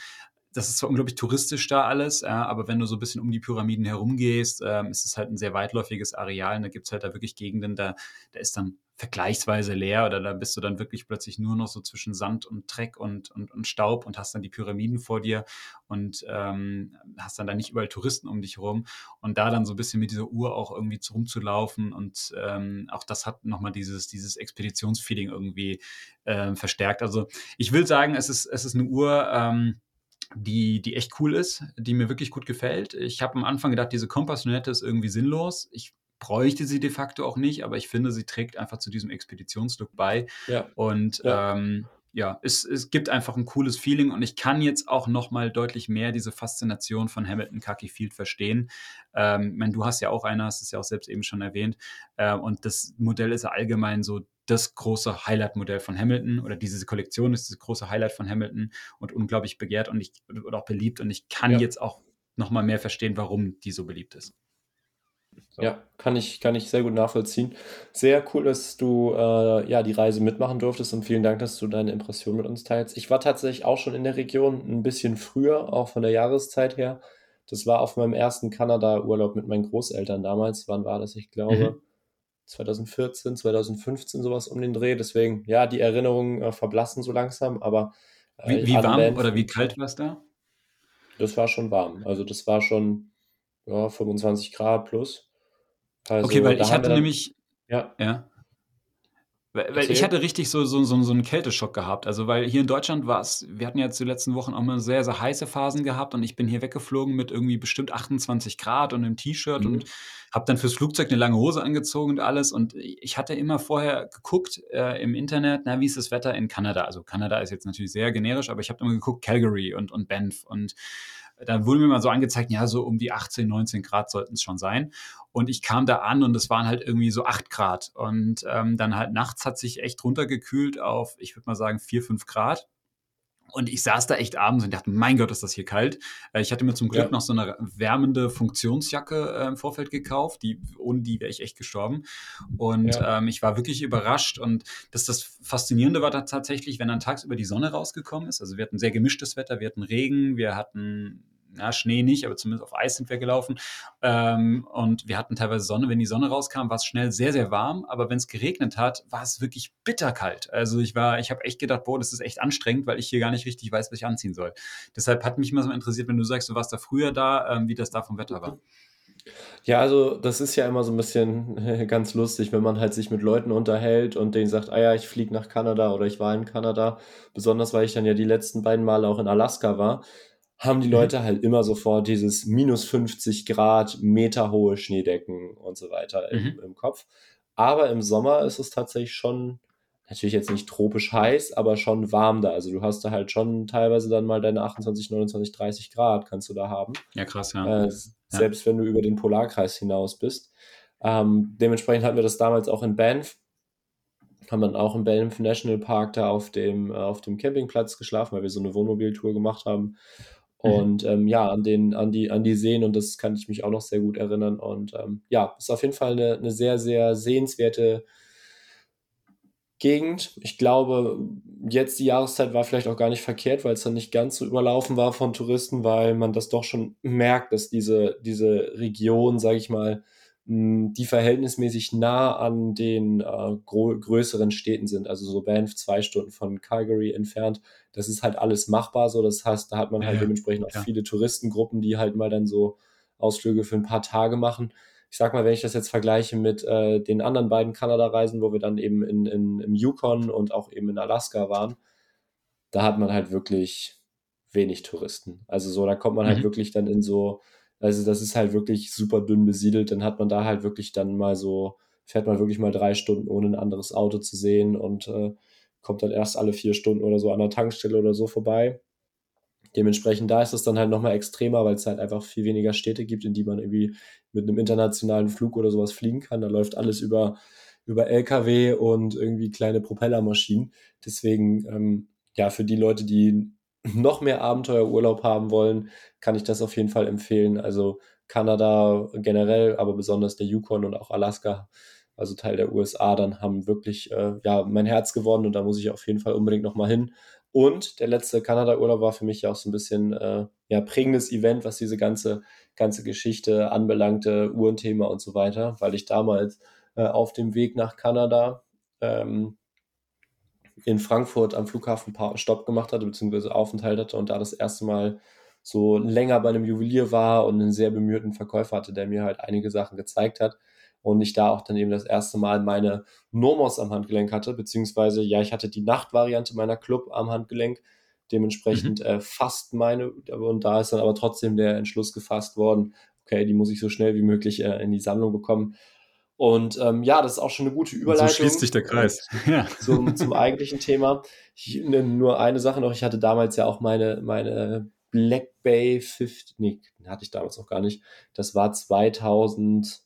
das ist zwar unglaublich touristisch da alles, aber wenn du so ein bisschen um die Pyramiden herumgehst, ist es halt ein sehr weitläufiges Areal. Und da gibt's halt da wirklich Gegenden, da ist dann vergleichsweise leer oder da bist du dann wirklich plötzlich nur noch so zwischen Sand und Dreck und Staub und hast dann die Pyramiden vor dir und hast dann da nicht überall Touristen um dich herum. Und da dann so ein bisschen mit dieser Uhr auch irgendwie rumzulaufen und auch das hat nochmal dieses Expeditionsfeeling irgendwie verstärkt. Also ich will sagen, es ist eine Uhr, die echt cool ist, die mir wirklich gut gefällt. Ich habe am Anfang gedacht, diese Kompasslunette ist irgendwie sinnlos. Ich bräuchte sie de facto auch nicht, aber ich finde, sie trägt einfach zu diesem Expeditionslook bei. Ja, Und ja, ja, es gibt einfach ein cooles Feeling und ich kann jetzt auch noch mal deutlich mehr diese Faszination von Hamilton Khaki Field verstehen. Ich meine, du hast ja auch eine, hast es ja auch selbst eben schon erwähnt. Und das Modell ist ja allgemein so das große Highlight-Modell von Hamilton oder diese Kollektion ist das große Highlight von Hamilton und unglaublich begehrt und auch beliebt. Und ich kann ja. jetzt auch noch mal mehr verstehen, warum die so beliebt ist. So. Ja, kann ich sehr gut nachvollziehen. Sehr cool, dass du ja die Reise mitmachen durftest und vielen Dank, dass du deine Impression mit uns teilst. Ich war tatsächlich auch schon in der Region, ein bisschen früher, auch von der Jahreszeit her. Das war auf meinem ersten Kanada-Urlaub mit meinen Großeltern damals. Wann war das? Ich glaube Mhm. 2014, 2015 sowas um den Dreh. Deswegen, ja, die Erinnerungen verblassen so langsam, aber Wie an warm Banff oder wie und kalt war es da? das war schon warm. Also das war schon ja, 25 Grad plus. Okay, Also weil da ich haben wir hatte dann, nämlich, ja, ja. Weil ich erzähl. hatte richtig so einen Kälteschock gehabt. Also, weil hier in Deutschland war es, wir hatten ja jetzt die letzten Wochen auch mal sehr, sehr heiße Phasen gehabt und ich bin hier weggeflogen mit irgendwie bestimmt 28 Grad und 'nem T-Shirt und Mhm. habe dann fürs Flugzeug eine lange Hose angezogen und alles. Und ich hatte immer vorher geguckt, im Internet, na, wie ist das Wetter in Kanada? Also, Kanada ist jetzt natürlich sehr generisch, aber ich habe immer geguckt, Calgary und Banff. Und dann wurde mir mal so angezeigt, ja, so um die 18, 19 Grad sollten es schon sein. Und ich kam da an und es waren halt irgendwie so 8 Grad. Und dann halt nachts hat sich echt runtergekühlt auf, ich würde mal sagen, 4, 5 Grad. Und ich saß da echt abends und dachte, mein Gott, ist das hier kalt. Ich hatte mir zum Glück Ja, noch so eine wärmende Funktionsjacke im Vorfeld gekauft. Ohne die wäre ich echt gestorben. Und ja, ich war wirklich überrascht. Und das Faszinierende war da tatsächlich, wenn dann tagsüber die Sonne rausgekommen ist. Also wir hatten sehr gemischtes Wetter, wir hatten Regen, wir hatten Schnee nicht, aber zumindest auf Eis sind wir gelaufen. Und wir hatten teilweise Sonne. Wenn die Sonne rauskam, war es schnell sehr, sehr warm. Aber wenn es geregnet hat, war es wirklich bitterkalt. Also ich habe echt gedacht, boah, das ist echt anstrengend, weil ich hier gar nicht richtig weiß, was ich anziehen soll. Deshalb hat mich immer so interessiert, wenn du sagst, du warst da früher da, wie das da vom Wetter war. ja, also das ist ja immer so ein bisschen ganz lustig, wenn man halt sich mit Leuten unterhält und denen sagt, ah ja, ich fliege nach Kanada oder ich war in Kanada, besonders weil ich dann ja die letzten beiden Male auch in Alaska war, haben die Mhm. Leute halt immer sofort dieses minus 50 Grad, meterhohe Schneedecken und so weiter im, Mhm. im Kopf. Aber im Sommer ist es tatsächlich schon, natürlich jetzt nicht tropisch heiß, aber schon warm da. Also du hast da halt schon teilweise dann mal deine 28, 29, 30 Grad kannst du da haben. Ja, krass, ja. äh, Ja. selbst wenn du über den Polarkreis hinaus bist. Dementsprechend hatten wir das damals auch in Banff, haben dann auch im Banff National Park da auf dem Campingplatz geschlafen, weil wir so eine Wohnmobiltour gemacht haben. Mhm. Und ja, an die Seen und das kann ich mich auch noch sehr gut erinnern. Und ja, ist auf jeden Fall eine sehr, sehr sehenswerte Gegend. Ich glaube, jetzt die Jahreszeit war vielleicht auch gar nicht verkehrt, weil es dann nicht ganz so überlaufen war von Touristen, weil man das doch schon merkt, dass diese Region, sage ich mal, die verhältnismäßig nah an den größeren Städten sind. Also so Banff 2 Stunden von Calgary entfernt. Das ist halt alles machbar so. Das heißt, da hat man Ja, halt ja, dementsprechend auch klar. viele Touristengruppen, die halt mal dann so Ausflüge für ein paar Tage machen. Ich sag mal, wenn ich das jetzt vergleiche mit den anderen beiden Kanada-Reisen, wo wir dann eben im Yukon und auch eben in Alaska waren, da hat man halt wirklich wenig Touristen. Also so, da kommt man halt Mhm. wirklich dann in so, also das ist halt wirklich super dünn besiedelt, dann hat man da halt wirklich dann mal so, fährt man wirklich mal 3 Stunden, ohne ein anderes Auto zu sehen und kommt dann erst alle 4 Stunden oder so an der Tankstelle oder so vorbei. Dementsprechend da ist es dann halt nochmal extremer, weil es halt einfach viel weniger Städte gibt, in die man irgendwie mit einem internationalen Flug oder sowas fliegen kann. Da läuft alles über LKW und irgendwie kleine Propellermaschinen. Deswegen, ja, für die Leute, die noch mehr Abenteuerurlaub haben wollen, kann ich das auf jeden Fall empfehlen. Also Kanada generell, aber besonders der Yukon und auch Alaska, also Teil der USA, dann haben wirklich ja, mein Herz gewonnen und da muss ich auf jeden Fall unbedingt nochmal hin. Und der letzte Kanada-Urlaub war für mich ja auch so ein bisschen ja, prägendes Event, was diese ganze Geschichte anbelangte, Uhrenthema und so weiter, weil ich damals auf dem Weg nach Kanada ähm, in Frankfurt am Flughafen Stopp gemacht hatte, beziehungsweise Aufenthalt hatte und da das erste Mal so länger bei einem Juwelier war und einen sehr bemühten Verkäufer hatte, der mir halt einige Sachen gezeigt hat. Und ich da auch dann eben das erste Mal meine Nomos am Handgelenk hatte, beziehungsweise ja, ich hatte die Nachtvariante meiner Club am Handgelenk, dementsprechend Mhm. fast meine, und da ist dann aber trotzdem der Entschluss gefasst worden, okay, die muss ich so schnell wie möglich in die Sammlung bekommen. Und ja, das ist auch schon eine gute Und so schließt Überleitung sich der Kreis. Ja. zum eigentlichen Thema. Nur eine Sache noch, ich hatte damals ja auch meine Black Bay 50, nee, hatte ich damals noch gar nicht. Das war 2018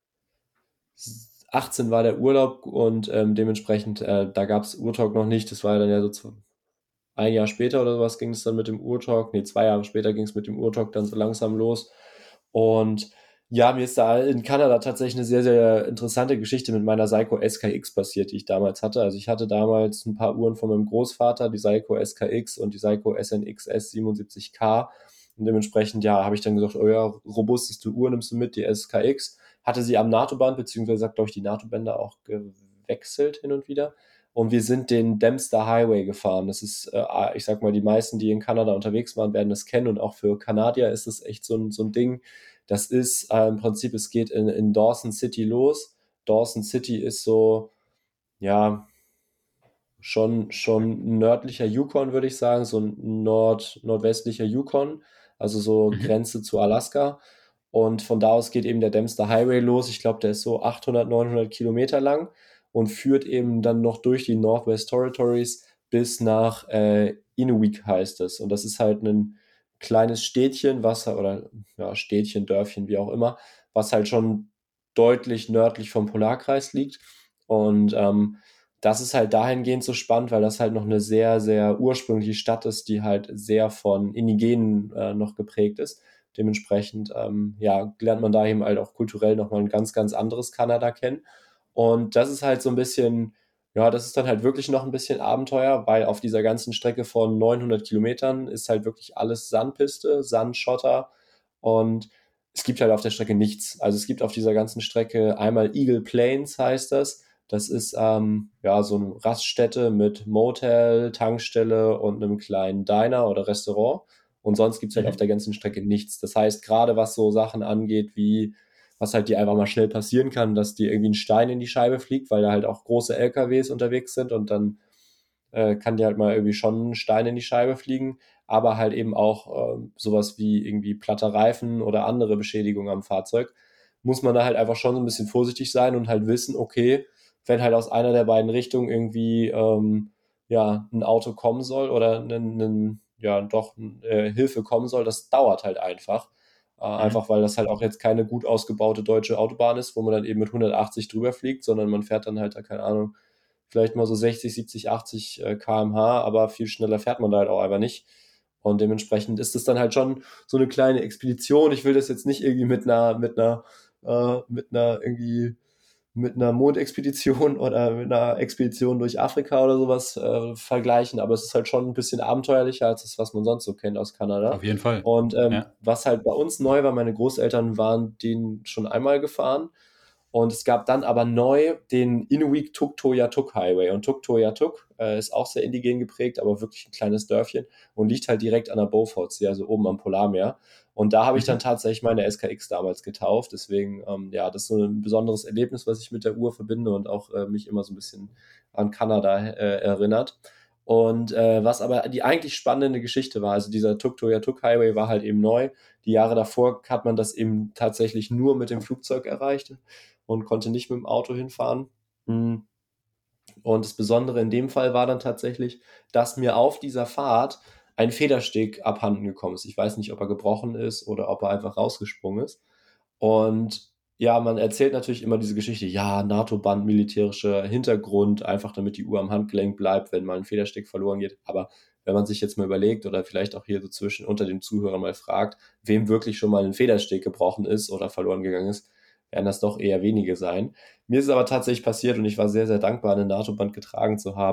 war der Urlaub und dementsprechend, da gab es Urtalk noch nicht. Das war dann ja so ein Jahr später oder sowas ging es dann mit dem Urtalk. Nee, 2 Jahre später ging es mit dem Urtalk dann so langsam los. Und ja, mir ist da in Kanada tatsächlich eine sehr, sehr interessante Geschichte mit meiner Seiko SKX passiert, die ich damals hatte. Also ich hatte damals ein paar Uhren von meinem Großvater, die Seiko SKX und die Seiko SNX S77K. Und dementsprechend, ja, habe ich dann gesagt, oh ja, robusteste Uhr nimmst du mit, die SKX. Hatte sie am NATO-Band, beziehungsweise hat, glaube ich, die NATO-Bänder auch gewechselt hin und wieder. Und wir sind den Dempster Highway gefahren. Das ist, ich sag mal, die meisten, die in Kanada unterwegs waren, werden das kennen. Und auch für Kanadier ist das echt so ein Ding. Das ist im Prinzip, es geht in Dawson City los. Dawson City ist so, ja, schon nördlicher Yukon, würde ich sagen, so ein nordwestlicher Yukon, also so Mhm. Grenze zu Alaska. Und von da aus geht eben der Dempster Highway los. Ich glaube, der ist so 800, 900 Kilometer lang und führt eben dann noch durch die Northwest Territories bis nach Inuvik heißt es. Und das ist halt ein kleines Städtchen, oder ja, Städtchen, Dörfchen, wie auch immer, was halt schon deutlich nördlich vom Polarkreis liegt. Und das ist halt dahingehend so spannend, weil das halt noch eine sehr, sehr ursprüngliche Stadt ist, die halt sehr von Indigenen noch geprägt ist. Dementsprechend, ja, lernt man da eben halt auch kulturell nochmal ein ganz, ganz anderes Kanada kennen. Und das ist halt so ein bisschen, ja, das ist dann halt wirklich noch ein bisschen Abenteuer, weil auf dieser ganzen Strecke von 900 Kilometern ist halt wirklich alles Sandpiste, Sandschotter und es gibt halt auf der Strecke nichts. Also es gibt auf dieser ganzen Strecke einmal Eagle Plains heißt das. Das ist ja so eine Raststätte mit Motel, Tankstelle und einem kleinen Diner oder Restaurant. Und sonst gibt es halt auf Mhm. der ganzen Strecke nichts. Das heißt, gerade was so Sachen angeht, wie was halt dir einfach mal schnell passieren kann, dass dir irgendwie ein Stein in die Scheibe fliegt, weil da halt auch große LKWs unterwegs sind und dann kann dir halt mal irgendwie schon ein Stein in die Scheibe fliegen, aber halt eben auch sowas wie irgendwie platter Reifen oder andere Beschädigungen am Fahrzeug, muss man da halt einfach schon so ein bisschen vorsichtig sein und halt wissen, okay, wenn halt aus einer der beiden Richtungen irgendwie ja, ein Auto kommen soll oder ja, doch Hilfe kommen soll, das dauert halt einfach. Mhm. Einfach weil das halt auch jetzt keine gut ausgebaute deutsche Autobahn ist, wo man dann eben mit 180 drüber fliegt, sondern man fährt dann halt da, keine Ahnung, vielleicht mal so 60, 70, 80 km/h, aber viel schneller fährt man da halt auch einfach nicht. Und dementsprechend ist es dann halt schon so eine kleine Expedition. Ich will das jetzt nicht irgendwie irgendwie mit einer Mondexpedition oder mit einer Expedition durch Afrika oder sowas vergleichen, aber es ist halt schon ein bisschen abenteuerlicher als das, was man sonst so kennt aus Kanada. Auf jeden Fall. Und Ja. was halt bei uns neu war, meine Großeltern waren den schon einmal gefahren und es gab dann aber neu den Inuit Tuktoyaktuk Highway. Und Tuktoyaktuk ist auch sehr indigen geprägt, aber wirklich ein kleines Dörfchen und liegt halt direkt an der Beaufortsee, also oben am Polarmeer. Und da habe ich dann Mhm. tatsächlich meine SKX damals getauft. Deswegen, ja, das ist so ein besonderes Erlebnis, was ich mit der Uhr verbinde und auch mich immer so ein bisschen an Kanada erinnert. Und was aber die eigentlich spannende Geschichte war, also dieser Tuktoyaktuk Highway war halt eben neu. Die Jahre davor hat man das eben tatsächlich nur mit dem Flugzeug erreicht und konnte nicht mit dem Auto hinfahren. Mm. Und das Besondere in dem Fall war dann tatsächlich, dass mir auf dieser Fahrt ein Federsteg abhanden gekommen ist. Ich weiß nicht, ob er gebrochen ist oder ob er einfach rausgesprungen ist. Und ja, man erzählt natürlich immer diese Geschichte, ja, NATO-Band, militärischer Hintergrund, einfach damit die Uhr am Handgelenk bleibt, wenn mal ein Federsteg verloren geht. Aber wenn man sich jetzt mal überlegt oder vielleicht auch hier so zwischen unter den Zuhörern mal fragt, wem wirklich schon mal ein Federsteg gebrochen ist oder verloren gegangen ist, werden das doch eher wenige sein. Mir ist es aber tatsächlich passiert und ich war sehr, sehr dankbar, ein NATO-Band getragen zu haben.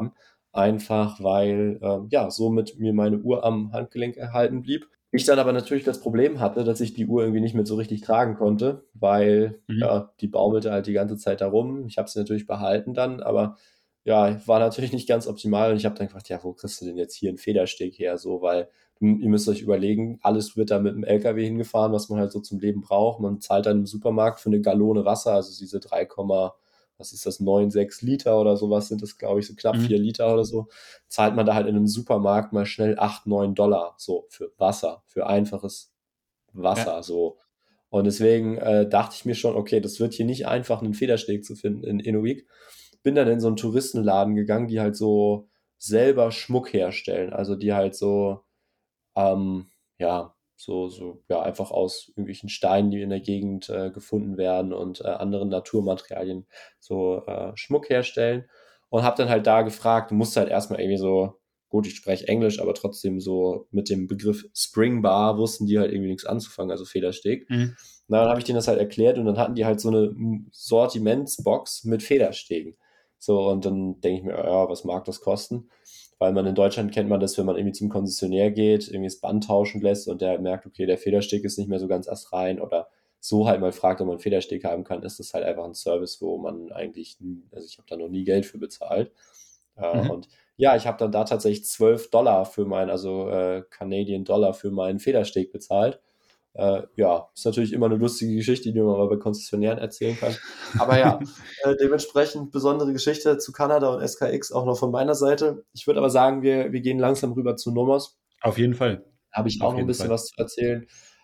einfach weil ja, somit mir meine Uhr am Handgelenk erhalten blieb. Ich dann aber natürlich das Problem hatte, dass ich die Uhr irgendwie nicht mehr so richtig tragen konnte, weil Mhm. ja, die baumelte halt die ganze Zeit da rum. Ich habe sie natürlich behalten dann, aber ja, war natürlich nicht ganz optimal und ich habe dann gefragt, ja, wo kriegst du denn jetzt hier einen Federsteg her? So, weil ihr müsst euch überlegen, alles wird da mit dem LKW hingefahren, was man halt so zum Leben braucht. Man zahlt dann im Supermarkt für eine Gallone Wasser, also diese 3, was ist das, 9,6 Liter oder sowas sind das, glaube ich, so knapp Mhm. 4 Liter oder so, zahlt man da halt in einem Supermarkt mal schnell 8, $9 so für Wasser, für einfaches Ja. Wasser so. Und deswegen dachte ich mir schon, okay, das wird hier nicht einfach, einen Federsteg zu finden in Inuvik. Bin dann in so einen Touristenladen gegangen, die halt so selber Schmuck herstellen. Also die halt so ähm, ja, ja, einfach aus irgendwelchen Steinen, die in der Gegend gefunden werden und anderen Naturmaterialien so Schmuck herstellen. Und habe dann halt da gefragt, du musst halt erstmal irgendwie so, gut, ich spreche Englisch, aber trotzdem so mit dem Begriff Spring Bar wussten die halt irgendwie nichts anzufangen, also Federsteg. Mhm. Na, dann habe ich denen das halt erklärt und dann hatten die halt so eine Sortimentsbox mit Federstegen. So, und dann denke ich mir, ja, was mag das kosten? Weil man in Deutschland kennt man das, wenn man irgendwie zum Konzessionär geht, irgendwie das Band tauschen lässt und der merkt, okay, der Federsteg ist nicht mehr so ganz astrein oder so halt mal fragt, ob man einen Federsteg haben kann, ist das halt einfach ein Service, wo man eigentlich, also ich habe da noch nie Geld für bezahlt. Mhm. Und ja, ich habe dann da tatsächlich $12 für meinen, also Canadian Dollar für meinen Federsteg bezahlt. Ja, ist natürlich immer eine lustige Geschichte, die man mal bei Konzessionären erzählen kann. Aber ja, dementsprechend besondere Geschichte zu Kanada und SKX auch noch von meiner Seite. Ich würde aber sagen, wir gehen langsam rüber zu Nomos. Auf jeden Fall. Da habe ich auch Auf noch ein jeden bisschen Fall. was zu erzählen.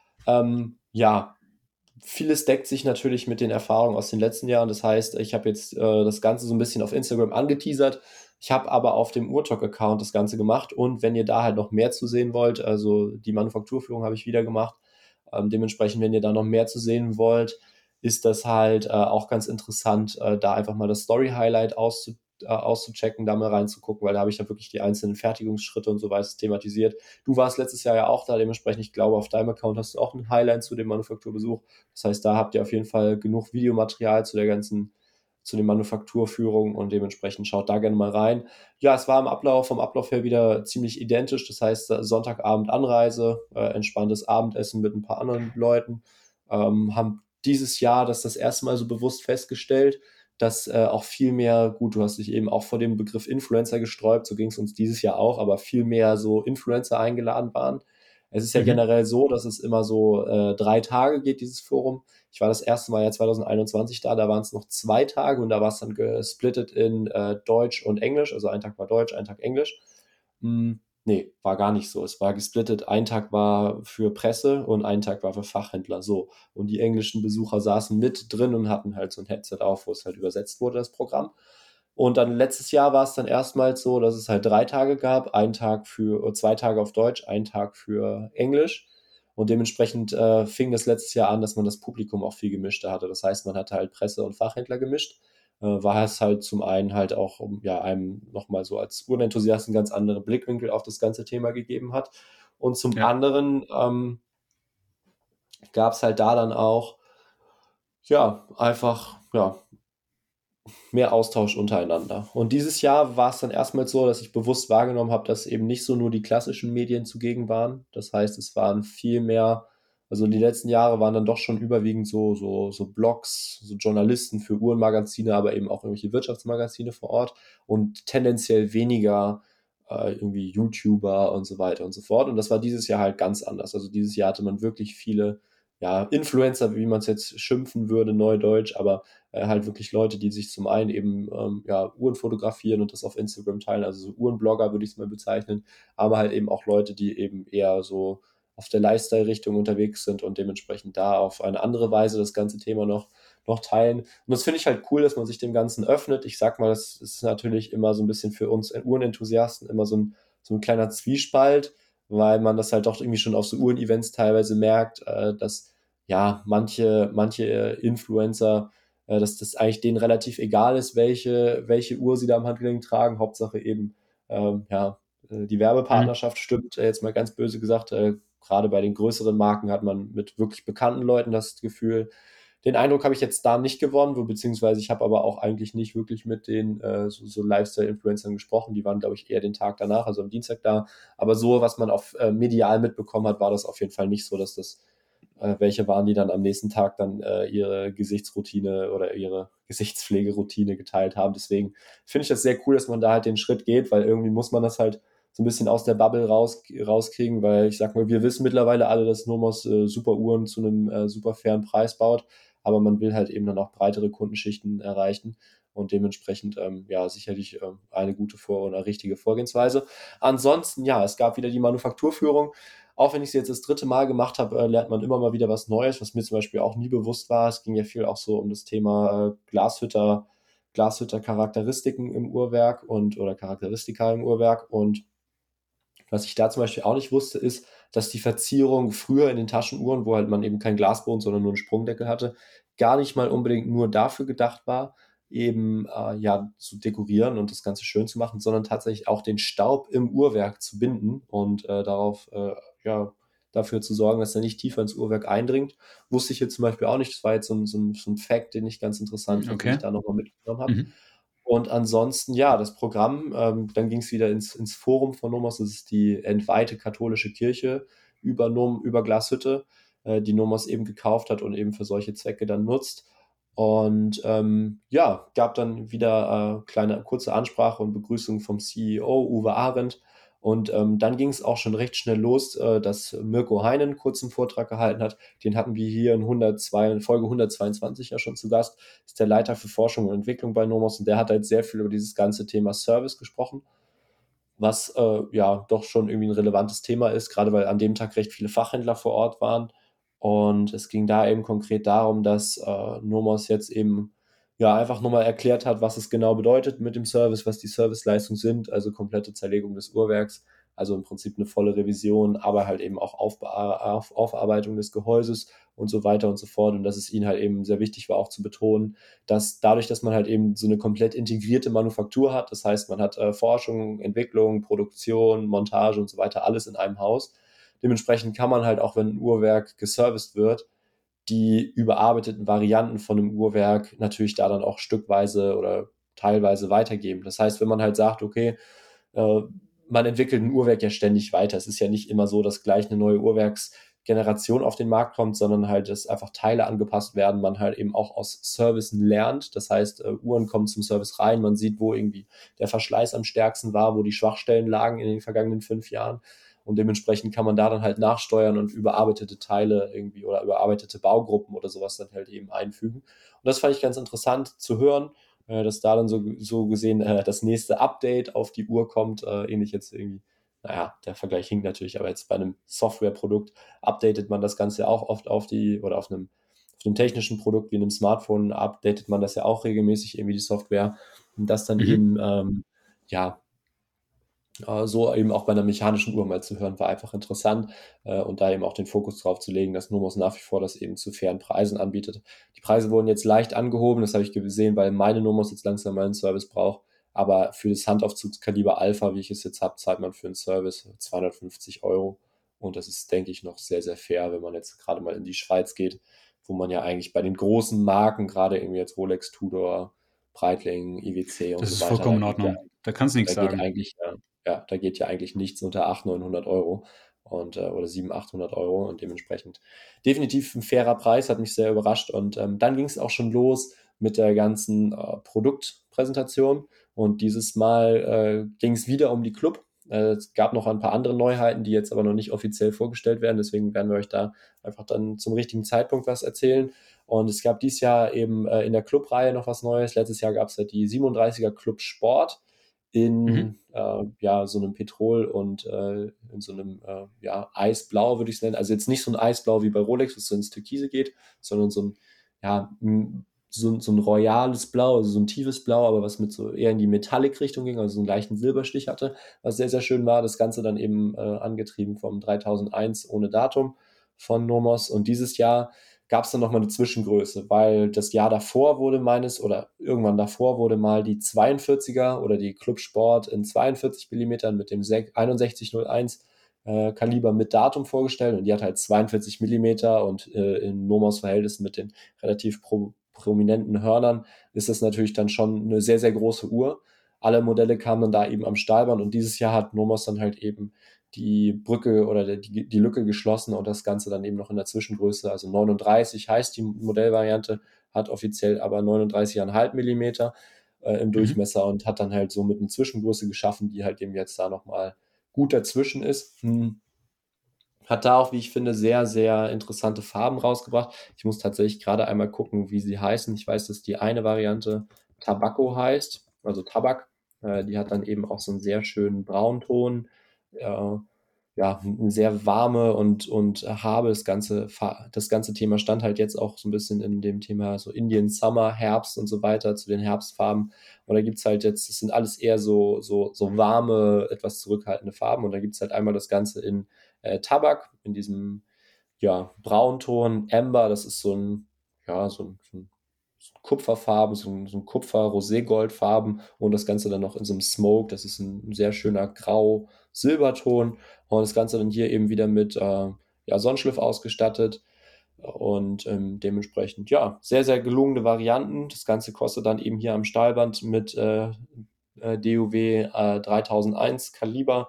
Ja, vieles deckt sich natürlich mit den Erfahrungen aus den letzten Jahren. Das heißt, ich habe jetzt das Ganze so ein bisschen auf Instagram angeteasert. Ich habe aber auf dem Urtalk-Account das Ganze gemacht. Und wenn ihr da halt noch mehr zu sehen wollt, also die Manufakturführung habe ich wieder gemacht. Dementsprechend, wenn ihr da noch mehr zu sehen wollt, ist das halt auch ganz interessant, da einfach mal das Story-Highlight auszuchecken, da mal reinzugucken, weil da habe ich dann wirklich die einzelnen Fertigungsschritte und so weiter thematisiert. Du warst letztes Jahr ja auch da, dementsprechend, ich glaube, auf deinem Account hast du auch ein Highlight zu dem Manufakturbesuch. Das heißt, da habt ihr auf jeden Fall genug Videomaterial zu den Manufakturführungen und dementsprechend schaut da gerne mal rein. Ja, es war vom Ablauf her wieder ziemlich identisch. Das heißt, Sonntagabend Anreise, entspanntes Abendessen mit ein paar anderen Leuten. Haben dieses Jahr das erste Mal so bewusst festgestellt, dass auch viel mehr, gut, du hast dich eben auch vor dem Begriff Influencer gesträubt, so ging es uns dieses Jahr auch, aber viel mehr so Influencer eingeladen waren. Es ist ja Mhm. generell so, dass es immer so 3 Tage geht, dieses Forum. Ich war das erste Mal ja 2021 da waren es noch 2 Tage und da war es dann gesplittet in Deutsch und Englisch. Also ein Tag war Deutsch, ein Tag Englisch. Nee, war gar nicht so. Es war gesplittet. Ein Tag war für Presse und ein Tag war für Fachhändler. So. Und die englischen Besucher saßen mit drin und hatten halt so ein Headset auf, wo es halt übersetzt wurde, das Programm. Und dann letztes Jahr war es dann erstmals so, dass es halt 3 Tage gab. Ein Tag für, 2 Tage auf Deutsch, ein Tag für Englisch. Und dementsprechend fing das letztes Jahr an, dass man das Publikum auch viel gemischter hatte. Das heißt, man hatte halt Presse und Fachhändler gemischt. War es halt zum einen halt auch, um ja, einem nochmal so als Uhrenenthusiasten ganz andere Blickwinkel auf das ganze Thema gegeben hat. Und zum Ja. anderen gab es halt da dann auch, ja, einfach, ja, mehr Austausch untereinander. Und dieses Jahr war es dann erstmal so, dass ich bewusst wahrgenommen habe, dass eben nicht so nur die klassischen Medien zugegen waren. Das heißt, es waren viel mehr, also die letzten Jahre waren dann doch schon überwiegend so Blogs, so Journalisten für Uhrenmagazine, aber eben auch irgendwelche Wirtschaftsmagazine vor Ort und tendenziell weniger irgendwie YouTuber und so weiter und so fort. Und das war dieses Jahr halt ganz anders. Also dieses Jahr hatte man wirklich viele, ja, Influencer, wie man es jetzt schimpfen würde, neudeutsch, aber halt wirklich Leute, die sich zum einen eben ja, Uhren fotografieren und das auf Instagram teilen, also so Uhrenblogger würde ich es mal bezeichnen, aber halt eben auch Leute, die eben eher so auf der Lifestyle-Richtung unterwegs sind und dementsprechend da auf eine andere Weise das ganze Thema noch teilen. Und das finde ich halt cool, dass man sich dem Ganzen öffnet. Ich sag mal, das ist natürlich immer so ein bisschen für uns Uhrenenthusiasten immer so ein kleiner Zwiespalt, weil man das halt doch irgendwie schon auf so Uhren-Events teilweise merkt, dass ja manche Influencer dass das eigentlich denen relativ egal ist, welche Uhr sie da am Handgelenk tragen. Hauptsache eben, ja, die Mhm. Werbepartnerschaft stimmt, jetzt mal ganz böse gesagt. Gerade bei den größeren Marken hat man mit wirklich bekannten Leuten das Gefühl. Den Eindruck habe ich jetzt da nicht gewonnen, beziehungsweise ich habe aber auch eigentlich nicht wirklich mit den so Lifestyle-Influencern gesprochen. Die waren, glaube ich, eher den Tag danach, also am Dienstag da. Aber so, was man auf medial mitbekommen hat, war das auf jeden Fall nicht so, dass das welche waren, die dann am nächsten Tag dann ihre Gesichtsroutine oder ihre Gesichtspflegeroutine geteilt haben. Deswegen finde ich das sehr cool, dass man da halt den Schritt geht, weil irgendwie muss man das halt so ein bisschen aus der Bubble rauskriegen, weil ich sag mal, wir wissen mittlerweile alle, dass Nomos super Uhren zu einem super fairen Preis baut, aber man will halt eben dann auch breitere Kundenschichten erreichen und dementsprechend ja sicherlich eine gute oder richtige Vorgehensweise. Ansonsten, ja, es gab wieder die Manufakturführung. Auch wenn ich es jetzt das dritte Mal gemacht habe, lernt man immer mal wieder was Neues, was mir zum Beispiel auch nie bewusst war. Es ging ja viel auch so um das Thema Glashütter-Charakteristiken im Uhrwerk oder Charakteristika im Uhrwerk. Und was ich da zum Beispiel auch nicht wusste, ist, dass die Verzierung früher in den Taschenuhren, wo halt man eben kein Glasboden, sondern nur einen Sprungdeckel hatte, gar nicht mal unbedingt nur dafür gedacht war, eben ja zu dekorieren und das Ganze schön zu machen, sondern tatsächlich auch den Staub im Uhrwerk zu binden und darauf ja dafür zu sorgen, dass er nicht tiefer ins Uhrwerk eindringt. Wusste ich jetzt zum Beispiel auch nicht. Das war jetzt so ein Fact, den ich ganz interessant fand, den ich Okay. da nochmal mitgenommen habe. Mhm. Und ansonsten, ja, das Programm, dann ging es wieder ins Forum von Nomos, das ist die entweihte katholische Kirche über Glashütte, die Nomos eben gekauft hat und eben für solche Zwecke dann nutzt. Und ja, gab dann wieder kleine kurze Ansprache und Begrüßung vom CEO Uwe Arendt. Und dann ging es auch schon recht schnell los, dass Mirko Heinen einen kurzen Vortrag gehalten hat. Den hatten wir hier in Folge 122 ja schon zu Gast. Ist der Leiter für Forschung und Entwicklung bei Nomos und der hat halt sehr viel über dieses ganze Thema Service gesprochen, was ja doch schon irgendwie ein relevantes Thema ist, gerade weil an dem Tag recht viele Fachhändler vor Ort waren. Und es ging da eben konkret darum, dass Nomos jetzt eben ja einfach nochmal erklärt hat, was es genau bedeutet mit dem Service, was die Serviceleistungen sind, also komplette Zerlegung des Uhrwerks, also im Prinzip eine volle Revision, aber halt eben auch Aufarbeitung des Gehäuses und so weiter und so fort. Und dass es ihnen halt eben sehr wichtig war, auch zu betonen, dass dadurch, dass man halt eben so eine komplett integrierte Manufaktur hat, das heißt, man hat Forschung, Entwicklung, Produktion, Montage und so weiter, alles in einem Haus. Dementsprechend kann man halt auch, wenn ein Uhrwerk geserviced wird, die überarbeiteten Varianten von einem Uhrwerk natürlich da dann auch stückweise oder teilweise weitergeben. Das heißt, wenn man halt sagt, okay, äh, man entwickelt ein Uhrwerk ja ständig weiter. Es ist ja nicht immer so, dass gleich eine neue Uhrwerksgeneration auf den Markt kommt, sondern halt, dass einfach Teile angepasst werden, man halt eben auch aus Servicen lernt. Das heißt, Uhren kommen zum Service rein, man sieht, wo irgendwie der Verschleiß am stärksten war, wo die Schwachstellen lagen in den vergangenen 5 Jahren. Und dementsprechend kann man da dann halt nachsteuern und überarbeitete Teile irgendwie oder überarbeitete Baugruppen oder sowas dann halt eben einfügen. Und das fand ich ganz interessant zu hören, dass da dann so gesehen das nächste Update auf die Uhr kommt, ähnlich jetzt irgendwie, naja, der Vergleich hinkt natürlich, aber jetzt bei einem Softwareprodukt updatet man das Ganze auch oft oder auf einem technischen Produkt wie einem Smartphone updatet man das ja auch regelmäßig irgendwie die Software und das dann Mhm. eben, ja, so eben auch bei einer mechanischen Uhr mal zu hören, war einfach interessant und da eben auch den Fokus drauf zu legen, dass Nomos nach wie vor das eben zu fairen Preisen anbietet. Die Preise wurden jetzt leicht angehoben, das habe ich gesehen, weil meine Nomos jetzt langsam mal einen Service braucht, aber für das Handaufzugskaliber Alpha, wie ich es jetzt habe, zahlt man für einen Service 250 € und das ist, denke ich, noch sehr, sehr fair, wenn man jetzt gerade mal in die Schweiz geht, wo man ja eigentlich bei den großen Marken, gerade irgendwie jetzt Rolex, Tudor, Breitling, IWC und Das so ist weiter, vollkommen in Ordnung. Da kannst du nichts da geht sagen. eigentlich ja, da geht ja eigentlich nichts unter 800, 900 € und oder 700, 800 € und dementsprechend definitiv ein fairer Preis, hat mich sehr überrascht. Und dann ging es auch schon los mit der ganzen Produktpräsentation. Und dieses Mal ging es wieder um die Club. Es gab noch ein paar andere Neuheiten, die jetzt aber noch nicht offiziell vorgestellt werden. Deswegen werden wir euch da einfach dann zum richtigen Zeitpunkt was erzählen. Und es gab dieses Jahr eben in der Clubreihe noch was Neues. Letztes Jahr gab es ja die 37er Club Sport Mhm. in ja, so einem Petrol und in so einem ja, Eisblau, würde ich es nennen. Also jetzt nicht so ein Eisblau wie bei Rolex, was so ins Türkise geht, sondern so ein, ja, so ein royales Blau, also so ein tiefes Blau, aber was mit so eher in die Metallic-Richtung ging, also so einen leichten Silberstich hatte, was sehr, sehr schön war. Das Ganze dann eben angetrieben vom 3001 ohne Datum von Nomos. Und dieses Jahr gab es dann nochmal eine Zwischengröße, weil das Jahr davor wurde oder irgendwann davor wurde mal die 42er oder die Club Sport in 42 Millimetern mit dem 6101 Kaliber mit Datum vorgestellt und die hat halt 42 Millimeter und in Nomos Verhältnis mit den relativ prominenten Hörnern ist das natürlich dann schon eine sehr, sehr große Uhr. Alle Modelle kamen dann da eben am Stahlband und dieses Jahr hat Nomos dann halt eben die Brücke oder die Lücke geschlossen und das Ganze dann eben noch in der Zwischengröße, also 39 heißt die Modellvariante, hat offiziell aber 39,5 Millimeter im Mhm. Durchmesser und hat dann halt somit eine Zwischengröße geschaffen, die halt eben jetzt da nochmal gut dazwischen ist. Hat da auch, wie ich finde, sehr, sehr interessante Farben rausgebracht. Ich muss tatsächlich gerade einmal gucken, wie sie heißen. Ich weiß, dass die eine Variante Tabacco heißt, also Tabak. Die hat dann eben auch so einen sehr schönen Braunton. Äh, ja, eine sehr warme und habe das ganze Thema stand halt jetzt auch so ein bisschen in dem Thema so Indian Summer, Herbst und so weiter, zu den Herbstfarben. Und da gibt es halt jetzt, das sind alles eher so warme, etwas zurückhaltende Farben. Und da gibt es halt einmal das Ganze in Tabak, in diesem ja, Braunton, Amber, das ist so ein Kupferfarben, so ein Kupfer-Roségoldfarben und das Ganze dann noch in so einem Smoke, das ist ein sehr schöner Grau-Silberton und das Ganze dann hier eben wieder mit ja, Sonnenschliff ausgestattet und dementsprechend, ja, sehr, sehr gelungene Varianten. Das Ganze kostet dann eben hier am Stahlband mit DUW 3001 Kaliber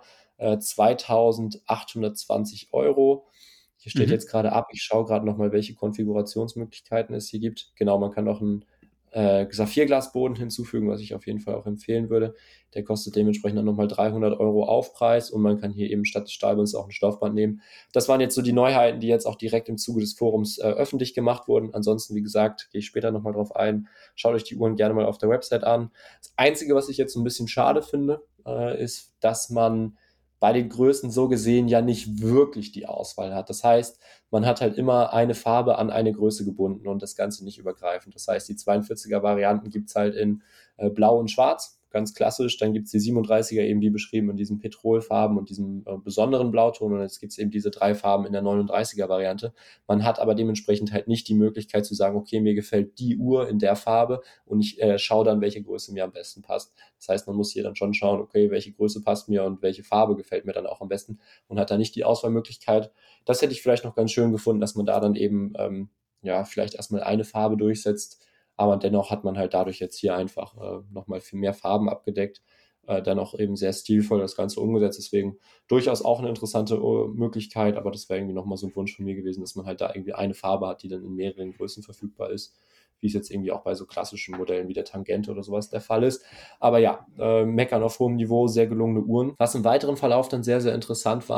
2820 Euro. Hier steht Mhm. jetzt gerade ab, ich schaue gerade nochmal, welche Konfigurationsmöglichkeiten es hier gibt. Genau, man kann noch einen Saphirglasboden hinzufügen, was ich auf jeden Fall auch empfehlen würde. Der kostet dementsprechend dann nochmal 300 Euro Aufpreis und man kann hier eben statt des Stahlbands auch ein Stoffband nehmen. Das waren jetzt so die Neuheiten, die jetzt auch direkt im Zuge des Forums öffentlich gemacht wurden. Ansonsten, wie gesagt, gehe ich später nochmal drauf ein. Schaut euch die Uhren gerne mal auf der Website an. Das Einzige, was ich jetzt so ein bisschen schade finde, ist, dass man bei den Größen so gesehen ja nicht wirklich die Auswahl hat. Das heißt, man hat halt immer eine Farbe an eine Größe gebunden und das Ganze nicht übergreifend. Das heißt, die 42er Varianten gibt es halt in Blau und Schwarz, ganz klassisch. Dann gibt es die 37er eben wie beschrieben in diesen Petrolfarben und diesem besonderen Blauton. Und jetzt gibt es eben diese drei Farben in der 39er Variante. Man hat aber dementsprechend halt nicht die Möglichkeit zu sagen, okay, mir gefällt die Uhr in der Farbe und ich schaue dann, welche Größe mir am besten passt. Das heißt, man muss hier dann schon schauen, okay, welche Größe passt mir und welche Farbe gefällt mir dann auch am besten und hat da nicht die Auswahlmöglichkeit. Das hätte ich vielleicht noch ganz schön gefunden, dass man da dann eben ja vielleicht erstmal eine Farbe durchsetzt, aber dennoch hat man halt dadurch jetzt hier einfach nochmal viel mehr Farben abgedeckt, dann auch eben sehr stilvoll das Ganze umgesetzt. Deswegen durchaus auch eine interessante Möglichkeit, aber das wäre irgendwie nochmal so ein Wunsch von mir gewesen, dass man halt da irgendwie eine Farbe hat, die dann in mehreren Größen verfügbar ist, wie es jetzt irgendwie auch bei so klassischen Modellen wie der Tangente oder sowas der Fall ist. Aber ja, meckern auf hohem Niveau, sehr gelungene Uhren. Was im weiteren Verlauf dann sehr, sehr interessant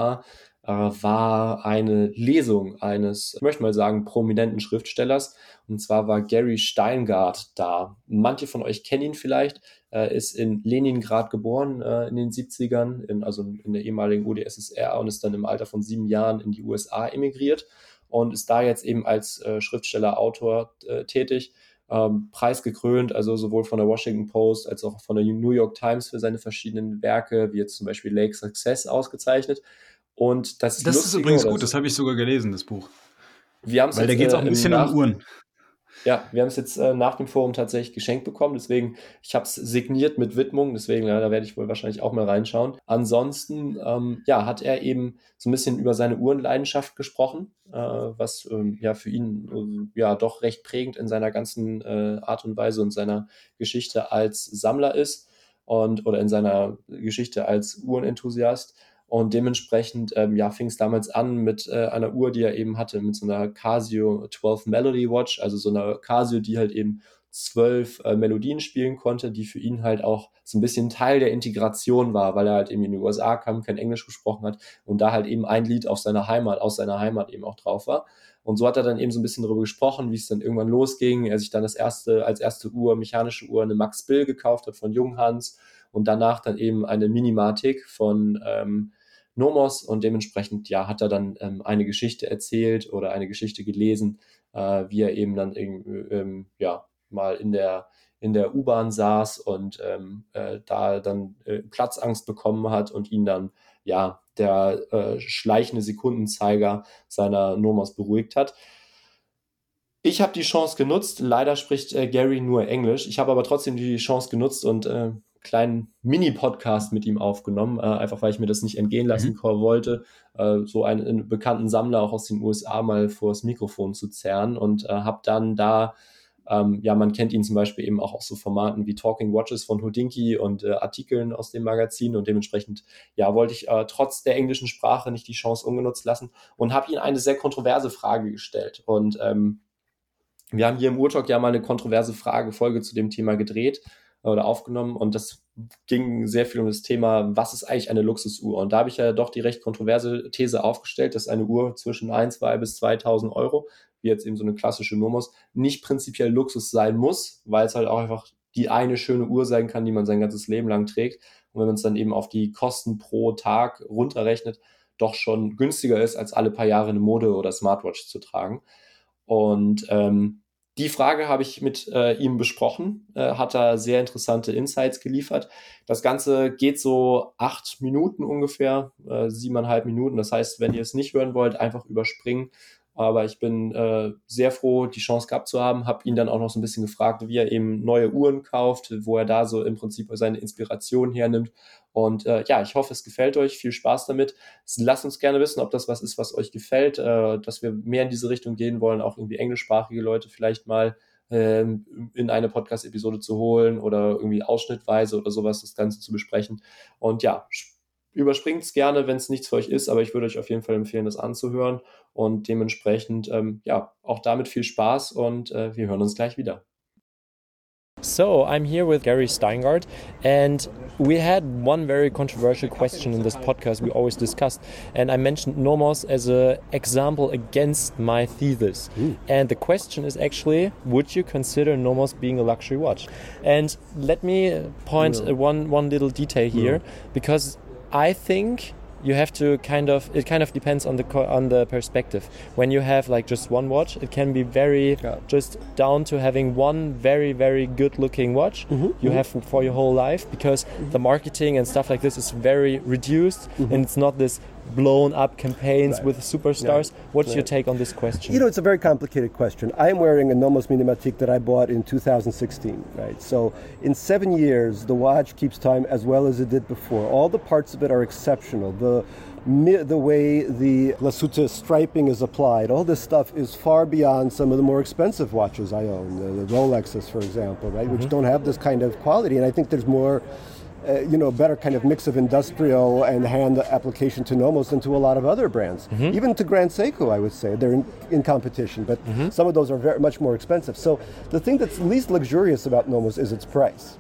war eine Lesung eines, ich möchte mal sagen, prominenten Schriftstellers. Und zwar war Gary Steingart da. Manche von euch kennen ihn vielleicht. Ist in Leningrad geboren in den 70ern, also in der ehemaligen UdSSR und ist dann im Alter von 7 Jahren in die USA emigriert und ist da jetzt eben als Schriftsteller, Autor tätig. Preisgekrönt, also sowohl von der Washington Post als auch von der New York Times für seine verschiedenen Werke, wie jetzt zum Beispiel Lake Success ausgezeichnet. Und das Das ist Lustige übrigens oder gut, das habe ich sogar gelesen, das Buch. wir haben es Weil da jetzt geht es auch ein bisschen um Uhren. wir haben es jetzt nach dem Forum tatsächlich geschenkt bekommen, deswegen, ich habe es signiert mit Widmung, deswegen, ja, da werde ich wohl wahrscheinlich auch mal reinschauen. Ansonsten, ja, hat er eben so ein bisschen über seine Uhrenleidenschaft gesprochen, was ja für ihn ja doch recht prägend in seiner ganzen Art und Weise und seiner Geschichte als Sammler ist und oder in seiner Geschichte als Uhrenenthusiast. Und dementsprechend ja, fing es damals an mit einer Uhr, die er eben hatte, mit so einer Casio 12 Melody Watch, also so einer Casio, die halt eben 12 Melodien spielen konnte, die für ihn halt auch so ein bisschen Teil der Integration war, weil er halt eben in die USA kam, kein Englisch gesprochen hat und da halt eben ein Lied aus seiner Heimat eben auch drauf war. Und so hat er dann eben so ein bisschen darüber gesprochen, wie es dann irgendwann losging. Er sich dann als erste Uhr, mechanische Uhr, eine Max Bill gekauft hat von Junghans und danach dann eben eine Minimatic von Nomos und dementsprechend ja hat er dann eine Geschichte erzählt oder eine Geschichte gelesen, wie er eben dann ja mal in der U-Bahn saß und da dann Platzangst bekommen hat und ihn dann ja der schleichende Sekundenzeiger seiner Nomos beruhigt hat. Ich habe die Chance genutzt. Leider spricht Gary nur Englisch. Ich habe aber trotzdem die Chance genutzt und kleinen Mini-Podcast mit ihm aufgenommen, einfach weil ich mir das nicht entgehen lassen wollte, so einen bekannten Sammler auch aus den USA mal vors Mikrofon zu zerren und habe dann da, man kennt ihn zum Beispiel eben auch aus so Formaten wie Talking Watches von Hodinkee und Artikeln aus dem Magazin und dementsprechend, wollte ich trotz der englischen Sprache nicht die Chance ungenutzt lassen und habe ihn eine sehr kontroverse Frage gestellt und wir haben hier im Uhrtalk ja mal eine kontroverse Folge zu dem Thema gedreht oder aufgenommen und das ging sehr viel um das Thema, was ist eigentlich eine Luxusuhr? Und da habe ich ja doch die recht kontroverse These aufgestellt, dass eine Uhr zwischen 1.200 bis 2.000 Euro, wie jetzt eben so eine klassische Nomos, nicht prinzipiell Luxus sein muss, weil es halt auch einfach die eine schöne Uhr sein kann, die man sein ganzes Leben lang trägt. Und wenn man es dann eben auf die Kosten pro Tag runterrechnet, doch schon günstiger ist, als alle paar Jahre eine Mode- oder Smartwatch zu tragen. Und die Frage habe ich mit ihm besprochen, hat da sehr interessante Insights geliefert. Das Ganze geht so 8 Minuten ungefähr, 7,5 Minuten. Das heißt, wenn ihr es nicht hören wollt, einfach überspringen. Aber ich bin sehr froh, die Chance gehabt zu haben. Habe ihn dann auch noch so ein bisschen gefragt, wie er eben neue Uhren kauft, wo er da so im Prinzip seine Inspiration hernimmt. Und ich hoffe, es gefällt euch. Viel Spaß damit. Lasst uns gerne wissen, ob das was ist, was euch gefällt, dass wir mehr in diese Richtung gehen wollen, auch irgendwie englischsprachige Leute vielleicht mal in eine Podcast-Episode zu holen oder irgendwie ausschnittweise oder sowas das Ganze zu besprechen. Und überspringt es gerne, wenn es nichts für euch ist, aber ich würde euch auf jeden Fall empfehlen, das anzuhören und dementsprechend, auch damit viel Spaß und wir hören uns gleich wieder. So, I'm here with Gary Steingart, and we had one very controversial question in this podcast we always discussed, and I mentioned Nomos as an example against my thesis. And the question is actually, would you consider Nomos being a luxury watch? And let me point one little detail here, because I think you have to it kind of depends on the perspective. When you have like just one watch, it can be very just down to having one very, very good looking watch you have for your whole life, because the marketing and stuff like this is very reduced and it's not this blown up campaigns with superstars. What's your take on this question? You know, it's a very complicated question. I'm wearing a Nomos Minimatique that I bought in 2016, right? So in 7 years, the watch keeps time as well as it did before. All the parts of it are exceptional. The way the Lasute striping is applied, all this stuff is far beyond some of the more expensive watches I own, the Rolexes, for example, right, which don't have this kind of quality. And I think there's more better kind of mix of industrial and hand application to Nomos than to a lot of other brands. Even to Grand Seiko, I would say. They're in competition, but some of those are very much more expensive. So the thing that's least luxurious about Nomos is its price.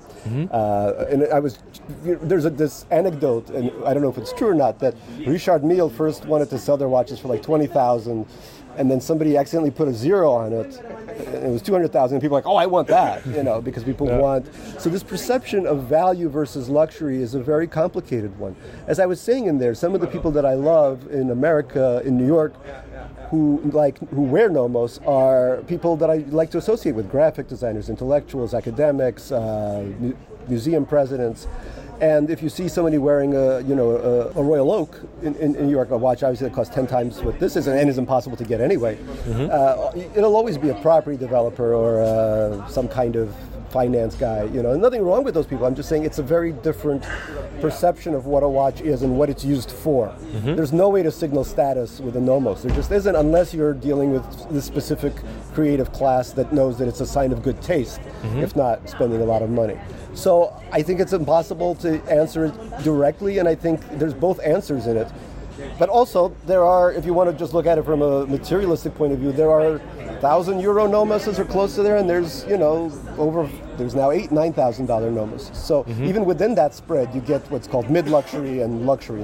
And there's this anecdote, and I don't know if it's true or not, that Richard Mille first wanted to sell their watches for like 20,000, and then somebody accidentally put a zero on it, and it was 200,000, and people were like, oh, I want that, because people want. So this perception of value versus luxury is a very complicated one. As I was saying in there, some of the people that I love in America, in New York, who wear Nomos are people that I like to associate with: graphic designers, intellectuals, academics, museum presidents. And if you see somebody wearing a Royal Oak in New York, a watch obviously that costs 10 times what this is and is impossible to get anyway, it'll always be a property developer or some kind of finance guy, and nothing wrong with those people. I'm just saying it's a very different perception of what a watch is and what it's used for. There's no way to signal status with a Nomos. There just isn't, unless you're dealing with this specific creative class that knows that it's a sign of good taste, if not spending a lot of money. So I think it's impossible to answer it directly, and I think there's both answers in it. But also, there are, if you want to just look at it from a materialistic point of view, there are €1,000 Nomoses or close to there, and there's, there's now $8,000-9,000 Nomos. So even within that spread, you get what's called mid-luxury and luxury.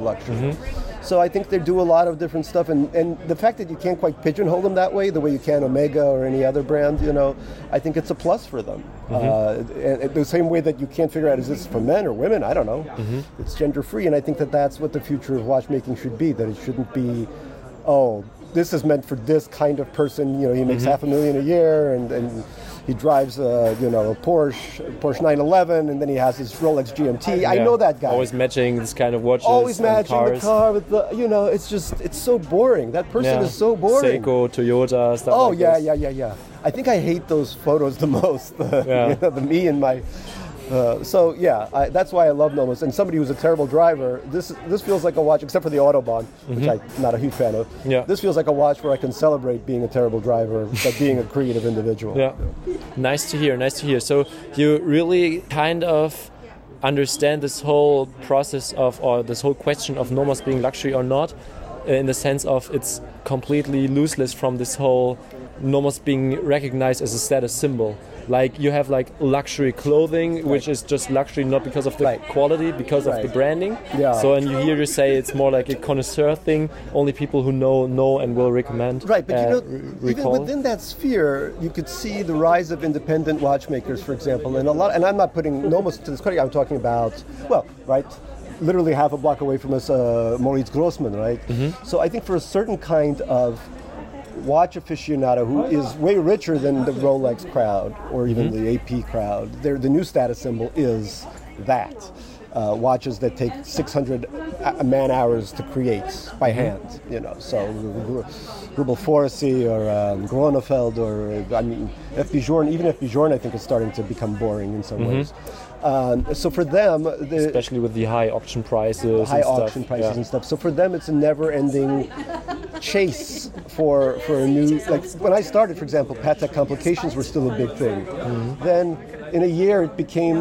So I think they do a lot of different stuff, and the fact that you can't quite pigeonhole them that way, the way you can Omega or any other brand, I think it's a plus for them. And the same way that you can't figure out, is this for men or women? I don't know. It's gender-free, and I think that that's what the future of watchmaking should be, that it shouldn't be, this is meant for this kind of person, he makes $500,000 a year, and he drives a Porsche 911, and then he has his Rolex GMT. I know that guy. Always matching this kind of watches. Always matching cars. the car with the, it's so boring. That person is so boring. Seiko, Toyota, stuff like this. Yeah. I think I hate those photos the most. The me and my That's why I love Nomos. And somebody who's a terrible driver, this feels like a watch, except for the Autobahn, which I'm not a huge fan of. Yeah. This feels like a watch where I can celebrate being a terrible driver, but being a creative individual. Yeah. Nice to hear. So you really kind of understand this whole process or this whole question of Nomos being luxury or not, in the sense of it's completely looseless from this whole Nomos being recognized as a status symbol. Like you have like luxury clothing, which is just luxury not because of the quality, because of the branding. Yeah. So and you hear you say it's more like a connoisseur thing. Only people who know and will recommend. Right, but recall. even within that sphere, you could see the rise of independent watchmakers, for example, and I'm not putting Nomos to this credit. I'm talking about literally half a block away from us, Moritz Grossman, right? Mm-hmm. So I think for a certain kind of watch aficionado who is way richer than the Rolex crowd or even the AP crowd, the new status symbol is that. Watches that take 600 man-hours to create by hand, so Rubel Foresi or Gronefeld or, F. Bjorn, even F. Bjorn I think is starting to become boring in some ways. So for them, especially with the high auction prices, and stuff. So for them, it's a never-ending chase for a new. Like when I started, for example, Patek complications were still a big thing. Mm-hmm. Then in a year, it became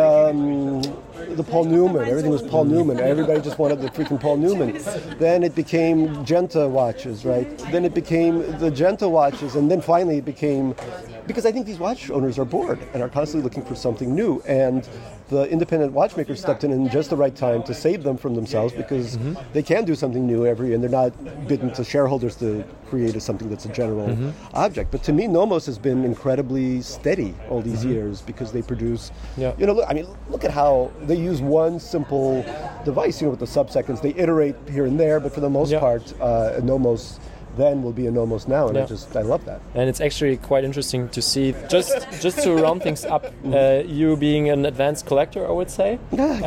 the Paul Newman. Everything was Paul Newman. Everybody just wanted the freaking Paul Newman. Then it became Genta watches, right? Then it became the Genta watches, and then finally it became. Because I think these watch owners are bored and are constantly looking for something new. And the independent watchmakers stepped in just the right time to save them from themselves because they can do something new and they're not bidden to shareholders to create something that's a general object. But to me, Nomos has been incredibly steady all these years because they produce, look at how they use one simple device, with the sub-seconds. They iterate here and there, but for the most part, Nomos then will be a Nomos now, and I love that. And it's actually quite interesting to see, just to round things up, you being an advanced collector, I would say.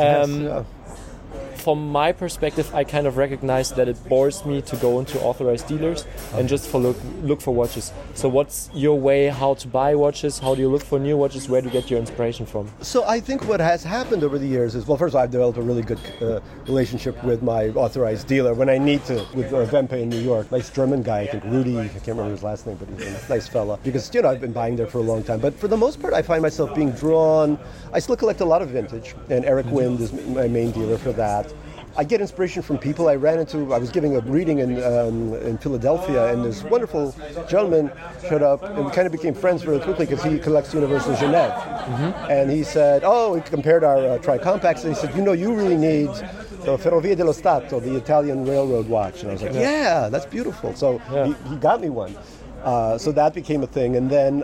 From my perspective, I kind of recognize that it bores me to go into authorized dealers and just look for watches. So what's your way how to buy watches? How do you look for new watches? Where do you get your inspiration from? So I think what has happened over the years is, well, first of all, I've developed a really good relationship with my authorized dealer when I need to, with Vempe in New York. Nice German guy, I think Rudy, I can't remember his last name, but he's a nice fella. Because, I've been buying there for a long time. But for the most part, I find myself being drawn. I still collect a lot of vintage, and Eric Wind is my main dealer for that. I get inspiration from people. I was giving a reading in Philadelphia, and this wonderful gentleman showed up, and we kind of became friends really quickly because he collects Universal Genève. And he said, we compared our tri-compacts, and he said, you really need the Ferrovie dello Stato, the Italian railroad watch. And I was like, yeah, that's beautiful. So he got me one. So that became a thing. And then,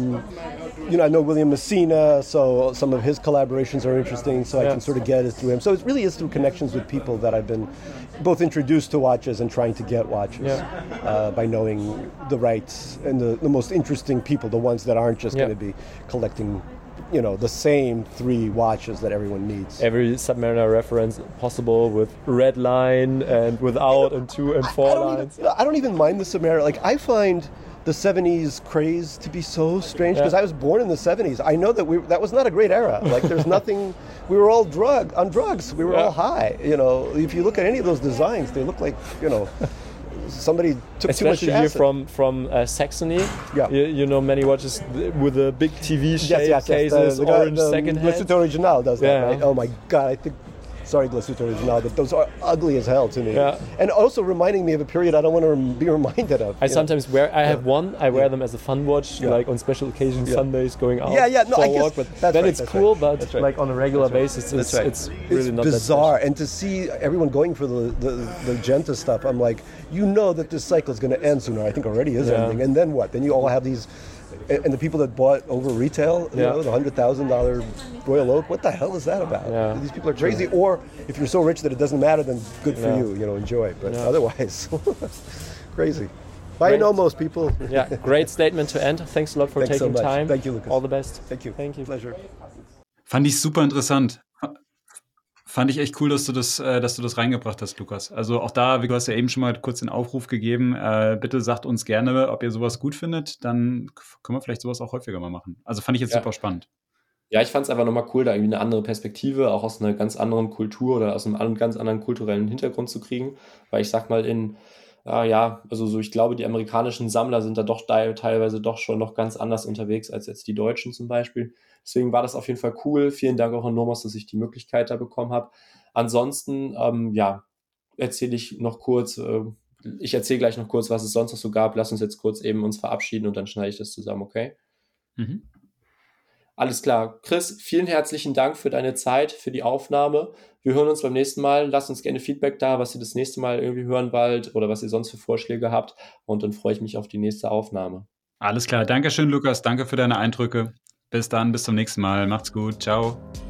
I know William Messina, so some of his collaborations are interesting, so I can sort of get it through him. So it really is through connections with people that I've been both introduced to watches and trying to get watches by knowing the rights and the most interesting people, the ones that aren't just going to be collecting the same 3 watches that everyone needs. Every Submariner reference possible with red line and without and 2 and 4 lines. I don't even mind the Submariner. Like, I find the 70s craze to be so strange because I was born in the 70s. I know that was not a great era. Like, there's nothing. We were all on drugs. We were all high. If you look at any of those designs, they look like somebody took especially too much acid. Here from Saxony. Many watches with a big TV shape cases, the orange second-hand. Glasuto Original does that, right? Oh my God, I think. Sorry, Glasuto Original, but those are ugly as hell to me. Yeah. And also reminding me of a period I don't want to be reminded of. I sometimes have one. I wear them as a fun watch, like on special occasions, Sundays going out. No, I guess but then it's cool. But like on a regular basis, it's really not bizarre. That and to see everyone going for the Genta stuff, I'm like, that this cycle is going to end sooner. I think already is ending. And then what? Then you all have these. And the people that bought over retail, the $100,000 Royal Oak, what the hell is that about? Yeah. These people are crazy. Or if you're so rich that it doesn't matter, then good for you, enjoy. But otherwise, crazy. Buy Nomos, people. Great statement to end. Thanks a lot for taking time. Thank you, Lukas. All the best. Thank you. Pleasure. Fand ich super interessant. Fand ich echt cool, dass du das reingebracht hast, Lukas. Also auch da, wie du hast ja eben schon mal kurz den Aufruf gegeben, bitte sagt uns gerne, ob ihr sowas gut findet, dann können wir vielleicht sowas auch häufiger mal machen. Also fand ich jetzt super spannend. Ja, ich fand es einfach nochmal cool, da irgendwie eine andere Perspektive, auch aus einer ganz anderen Kultur oder aus einem ganz anderen kulturellen Hintergrund zu kriegen. Weil ich sag mal, also so, ich glaube, die amerikanischen Sammler sind da doch teilweise doch schon noch ganz anders unterwegs als jetzt die Deutschen zum Beispiel. Deswegen war das auf jeden Fall cool. Vielen Dank auch an Nomos, dass ich die Möglichkeit da bekommen habe. Ansonsten, erzähle ich noch kurz, ich erzähle gleich noch kurz, was es sonst noch so gab. Lass uns jetzt kurz eben uns verabschieden und dann schneide ich das zusammen, okay? Mhm. Alles klar. Chris, vielen herzlichen Dank für deine Zeit, für die Aufnahme. Wir hören uns beim nächsten Mal. Lasst uns gerne Feedback da, was ihr das nächste Mal irgendwie hören wollt oder was ihr sonst für Vorschläge habt. Und dann freue ich mich auf die nächste Aufnahme. Alles klar. Dankeschön, Lukas. Danke für deine Eindrücke. Bis dann, bis zum nächsten Mal. Macht's gut. Ciao.